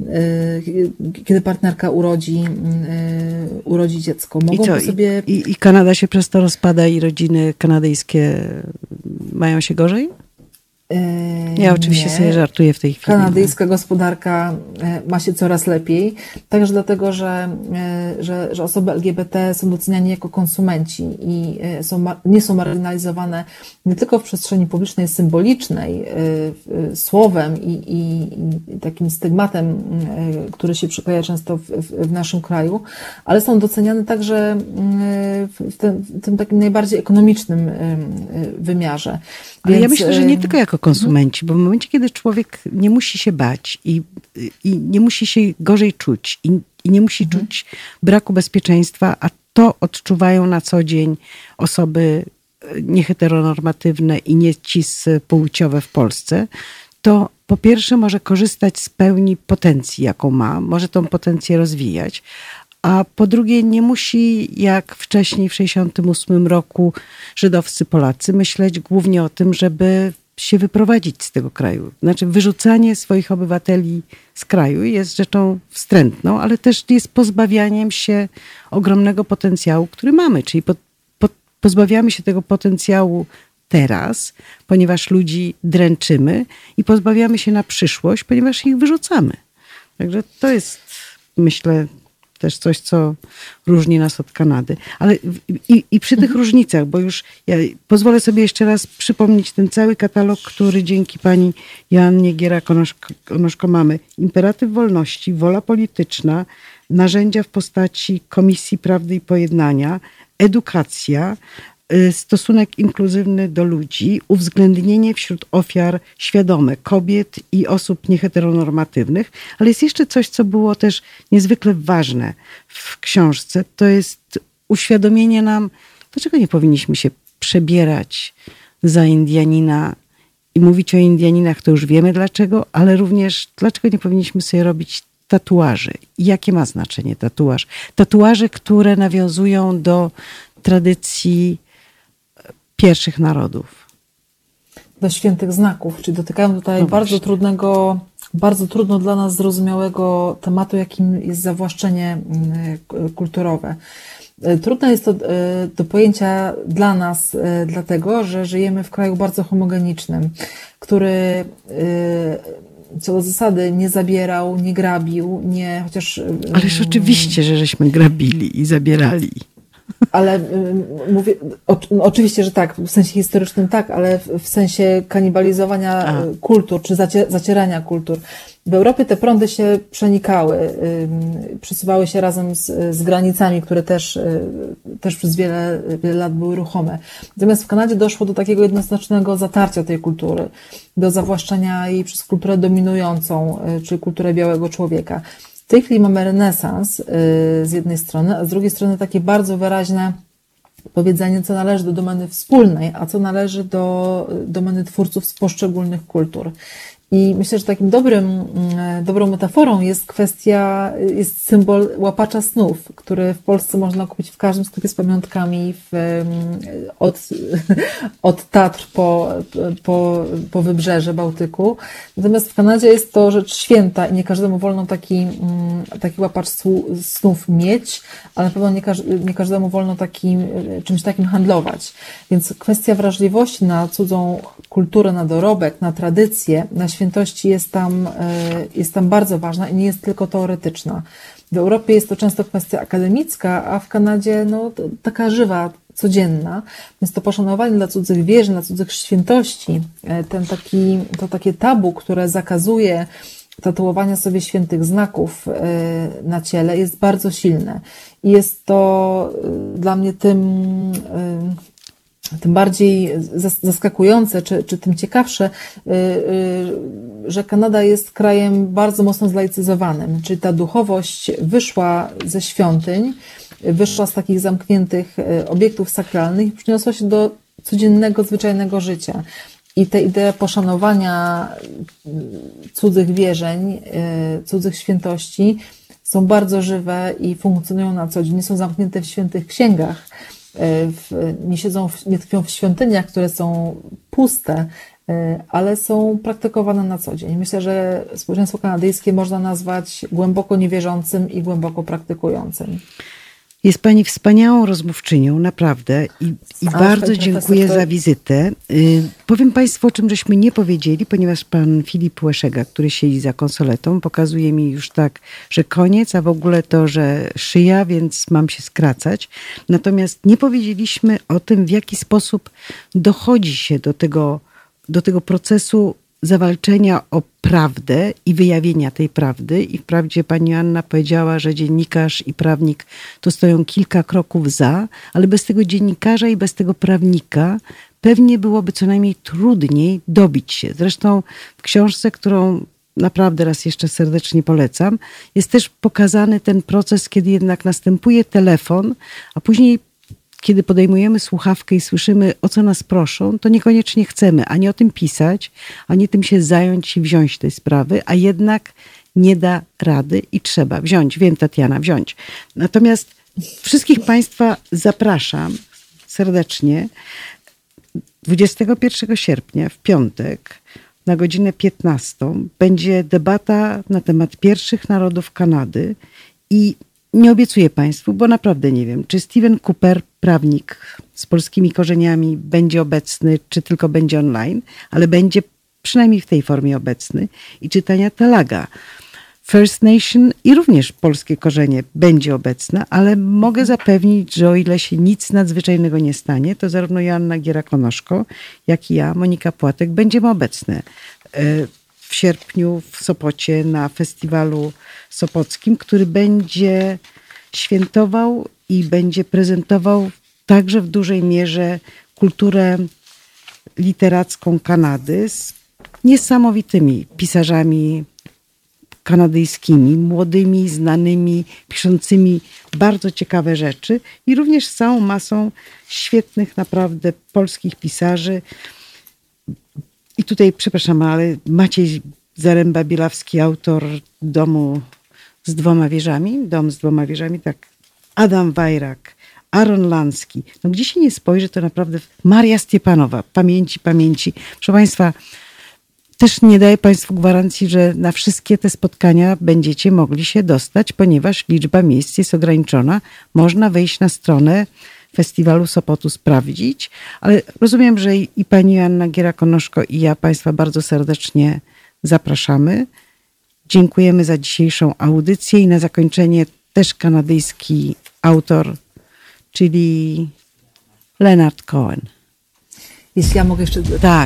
kiedy partnerka urodzi, urodzi dziecko. Mogą I, co, sobie... i, I Kanada się przez to rozpada i rodziny kanadyjskie mają się gorzej? Ja oczywiście nie. sobie żartuję w tej chwili. Kanadyjska gospodarka ma się coraz lepiej, także dlatego, że, że, że osoby L G B T są doceniane jako konsumenci i są, nie są marginalizowane nie tylko w przestrzeni publicznej, symbolicznej, słowem i, i, i takim stygmatem, który się przykleja często w, w naszym kraju, ale są doceniane także w tym, w tym takim najbardziej ekonomicznym wymiarze. Ale Więc, ja myślę, że nie tylko jako konsumenci, bo w momencie, kiedy człowiek nie musi się bać i, i nie musi się gorzej czuć i, i nie musi mhm. czuć braku bezpieczeństwa, a to odczuwają na co dzień osoby nieheteronormatywne i niecis-płciowe w Polsce, to po pierwsze może korzystać z pełni potencji, jaką ma, może tą potencję rozwijać, a po drugie nie musi, jak wcześniej w sześćdziesiątym ósmym roku żydowscy Polacy, myśleć głównie o tym, żeby się wyprowadzić z tego kraju. Znaczy wyrzucanie swoich obywateli z kraju jest rzeczą wstrętną, ale też jest pozbawianiem się ogromnego potencjału, który mamy. Czyli po, po, pozbawiamy się tego potencjału teraz, ponieważ ludzi dręczymy i pozbawiamy się na przyszłość, ponieważ ich wyrzucamy. Także to jest, myślę, też coś, co różni nas od Kanady. Ale i, i przy tych mhm. różnicach, bo już ja pozwolę sobie jeszcze raz przypomnieć ten cały katalog, który dzięki pani Joannie Gierak-Onoszko mamy. Imperatyw wolności, wola polityczna, narzędzia w postaci Komisji Prawdy i Pojednania, edukacja, stosunek inkluzywny do ludzi, uwzględnienie wśród ofiar świadome kobiet i osób nieheteronormatywnych, ale jest jeszcze coś, co było też niezwykle ważne w książce, to jest uświadomienie nam, dlaczego nie powinniśmy się przebierać za Indianina i mówić o Indianinach, to już wiemy dlaczego, ale również dlaczego nie powinniśmy sobie robić tatuaży. I jakie ma znaczenie tatuaż? Tatuaże, które nawiązują do tradycji pierwszych narodów. Do świętych znaków, czyli dotykają tutaj no bardzo trudnego, bardzo trudno dla nas zrozumiałego tematu, jakim jest zawłaszczenie kulturowe. Trudne jest to do pojęcia dla nas, dlatego, że żyjemy w kraju bardzo homogenicznym, który co do zasady nie zabierał, nie grabił, nie, chociaż... Ależ oczywiście, że żeśmy grabili i zabierali. Ale mówię, o, oczywiście, że tak, w sensie historycznym tak, ale w, w sensie kanibalizowania A. kultur, czy zacie, zacierania kultur. W Europie te prądy się przenikały, y, przesuwały się razem z, z granicami, które też, y, też przez wiele, wiele lat były ruchome. Natomiast w Kanadzie doszło do takiego jednoznacznego zatarcia tej kultury, do zawłaszczenia jej przez kulturę dominującą, y, czyli kulturę białego człowieka. W tej chwili mamy renesans y, z jednej strony, a z drugiej strony takie bardzo wyraźne powiedzenie, co należy do domeny wspólnej, a co należy do domeny twórców z poszczególnych kultur. I myślę, że takim dobrym, dobrą metaforą jest kwestia, jest symbol łapacza snów, który w Polsce można kupić w każdym sklepie z pamiątkami w, od, od Tatr po, po, po wybrzeże Bałtyku. Natomiast w Kanadzie jest to rzecz święta i nie każdemu wolno taki, taki łapacz snów mieć, a na pewno nie, każ, nie każdemu wolno takim, czymś takim handlować. Więc kwestia wrażliwości na cudzą kulturę, na dorobek, na tradycję, na świętości jest tam, jest tam bardzo ważna i nie jest tylko teoretyczna. W Europie jest to często kwestia akademicka, a w Kanadzie no, taka żywa, codzienna. Więc to poszanowanie dla cudzych wierzy, dla cudzych świętości, ten taki, to takie tabu, które zakazuje tatuowania sobie świętych znaków na ciele, jest bardzo silne. I jest to dla mnie tym tym bardziej zaskakujące, czy, czy tym ciekawsze, że Kanada jest krajem bardzo mocno zlaicyzowanym, czyli ta duchowość wyszła ze świątyń, wyszła z takich zamkniętych obiektów sakralnych i przyniosła się do codziennego, zwyczajnego życia. I te idee poszanowania cudzych wierzeń, cudzych świętości są bardzo żywe i funkcjonują na co dzień, nie są zamknięte w świętych księgach. W, nie siedzą, w, nie tkwią w świątyniach, które są puste, ale są praktykowane na co dzień. Myślę, że społeczeństwo kanadyjskie można nazwać głęboko niewierzącym i głęboko praktykującym. Jest pani wspaniałą rozmówczynią, naprawdę. I, i bardzo dziękuję za wizytę. Y, powiem państwu, o czym żeśmy nie powiedzieli, ponieważ pan Filip Łeszega, który siedzi za konsoletą, pokazuje mi już tak, że koniec, a w ogóle to, że szyja, więc mam się skracać. Natomiast nie powiedzieliśmy o tym, w jaki sposób dochodzi się do tego, do tego procesu zawalczenia o prawdę i wyjawienia tej prawdy. I wprawdzie pani Anna powiedziała, że dziennikarz i prawnik to stoją kilka kroków za, ale bez tego dziennikarza i bez tego prawnika pewnie byłoby co najmniej trudniej dobić się. Zresztą w książce, którą naprawdę raz jeszcze serdecznie polecam, jest też pokazany ten proces, kiedy jednak następuje telefon, a później kiedy podejmujemy słuchawkę i słyszymy, o co nas proszą, to niekoniecznie chcemy ani o tym pisać, ani tym się zająć i wziąć tej sprawy, a jednak nie da rady i trzeba wziąć. Wiem, Tatiana, wziąć. Natomiast wszystkich państwa zapraszam serdecznie dwudziestego pierwszego sierpnia w piątek na godzinę piętnastą będzie debata na temat pierwszych narodów Kanady i nie obiecuję państwu, bo naprawdę nie wiem, czy Steven Cooper, prawnik z polskimi korzeniami, będzie obecny, czy tylko będzie online, ale będzie przynajmniej w tej formie obecny. I czy Tania Talaga First Nation i również polskie korzenie będzie obecna, ale mogę zapewnić, że o ile się nic nadzwyczajnego nie stanie, to zarówno Joanna Giera-Konoszko, jak i ja, Monika Płatek, będziemy obecne w sierpniu w Sopocie na festiwalu sopockim, który będzie świętował i będzie prezentował także w dużej mierze kulturę literacką Kanady z niesamowitymi pisarzami kanadyjskimi, młodymi, znanymi, piszącymi bardzo ciekawe rzeczy i również z całą masą świetnych naprawdę polskich pisarzy. I tutaj, przepraszam, ale Maciej Zaręba-Bielawski, autor Domu z dwoma wieżami, Dom z dwoma wieżami, tak, Adam Wajrak, Aaron Lański. No gdzie się nie spojrzy, to naprawdę Maria Stiepanowa, pamięci, pamięci. Proszę Państwa, też nie daję Państwu gwarancji, że na wszystkie te spotkania będziecie mogli się dostać, ponieważ liczba miejsc jest ograniczona. Można wejść na stronę Festiwalu Sopotu, sprawdzić, ale rozumiem, że i pani Joanna Giera-Konoszko i ja Państwa bardzo serdecznie zapraszamy. Dziękujemy za dzisiejszą audycję i na zakończenie też kanadyjski autor, czyli Leonard Cohen. Jeśli ja mogę jeszcze... Tak.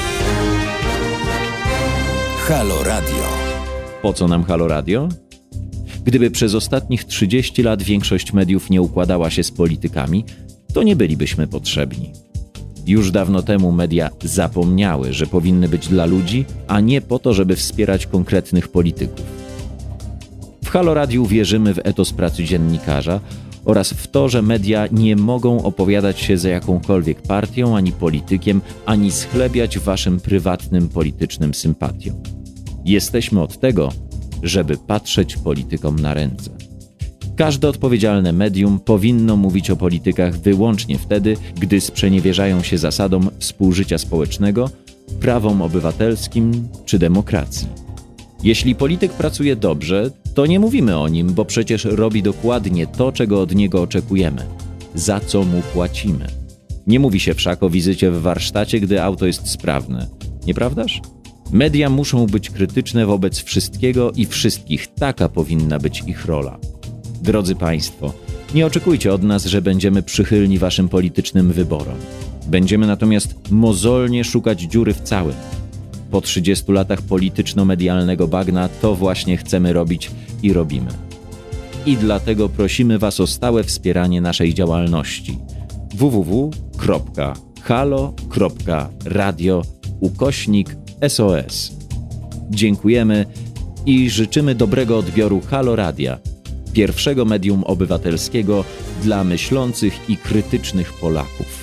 Halo Radio. Po co nam Halo Radio? Gdyby przez ostatnich trzydzieści lat większość mediów nie układała się z politykami, to nie bylibyśmy potrzebni. Już dawno temu media zapomniały, że powinny być dla ludzi, a nie po to, żeby wspierać konkretnych polityków. W Halo Radiu wierzymy w etos pracy dziennikarza oraz w to, że media nie mogą opowiadać się za jakąkolwiek partią ani politykiem, ani schlebiać waszym prywatnym politycznym sympatiom. Jesteśmy od tego, żeby patrzeć politykom na ręce. Każde odpowiedzialne medium powinno mówić o politykach wyłącznie wtedy, gdy sprzeniewierzają się zasadom współżycia społecznego, prawom obywatelskim czy demokracji. Jeśli polityk pracuje dobrze, to nie mówimy o nim, bo przecież robi dokładnie to, czego od niego oczekujemy, za co mu płacimy. Nie mówi się wszak o wizycie w warsztacie, gdy auto jest sprawne. Nieprawdaż? Media muszą być krytyczne wobec wszystkiego i wszystkich. Taka powinna być ich rola. Drodzy Państwo, nie oczekujcie od nas, że będziemy przychylni waszym politycznym wyborom. Będziemy natomiast mozolnie szukać dziury w całym. Po trzydziestu latach polityczno-medialnego bagna to właśnie chcemy robić i robimy. I dlatego prosimy was o stałe wspieranie naszej działalności. w w w kropka halo kropka radio ukośnik S O S. Dziękujemy i życzymy dobrego odbioru Halo Radia, pierwszego medium obywatelskiego dla myślących i krytycznych Polaków.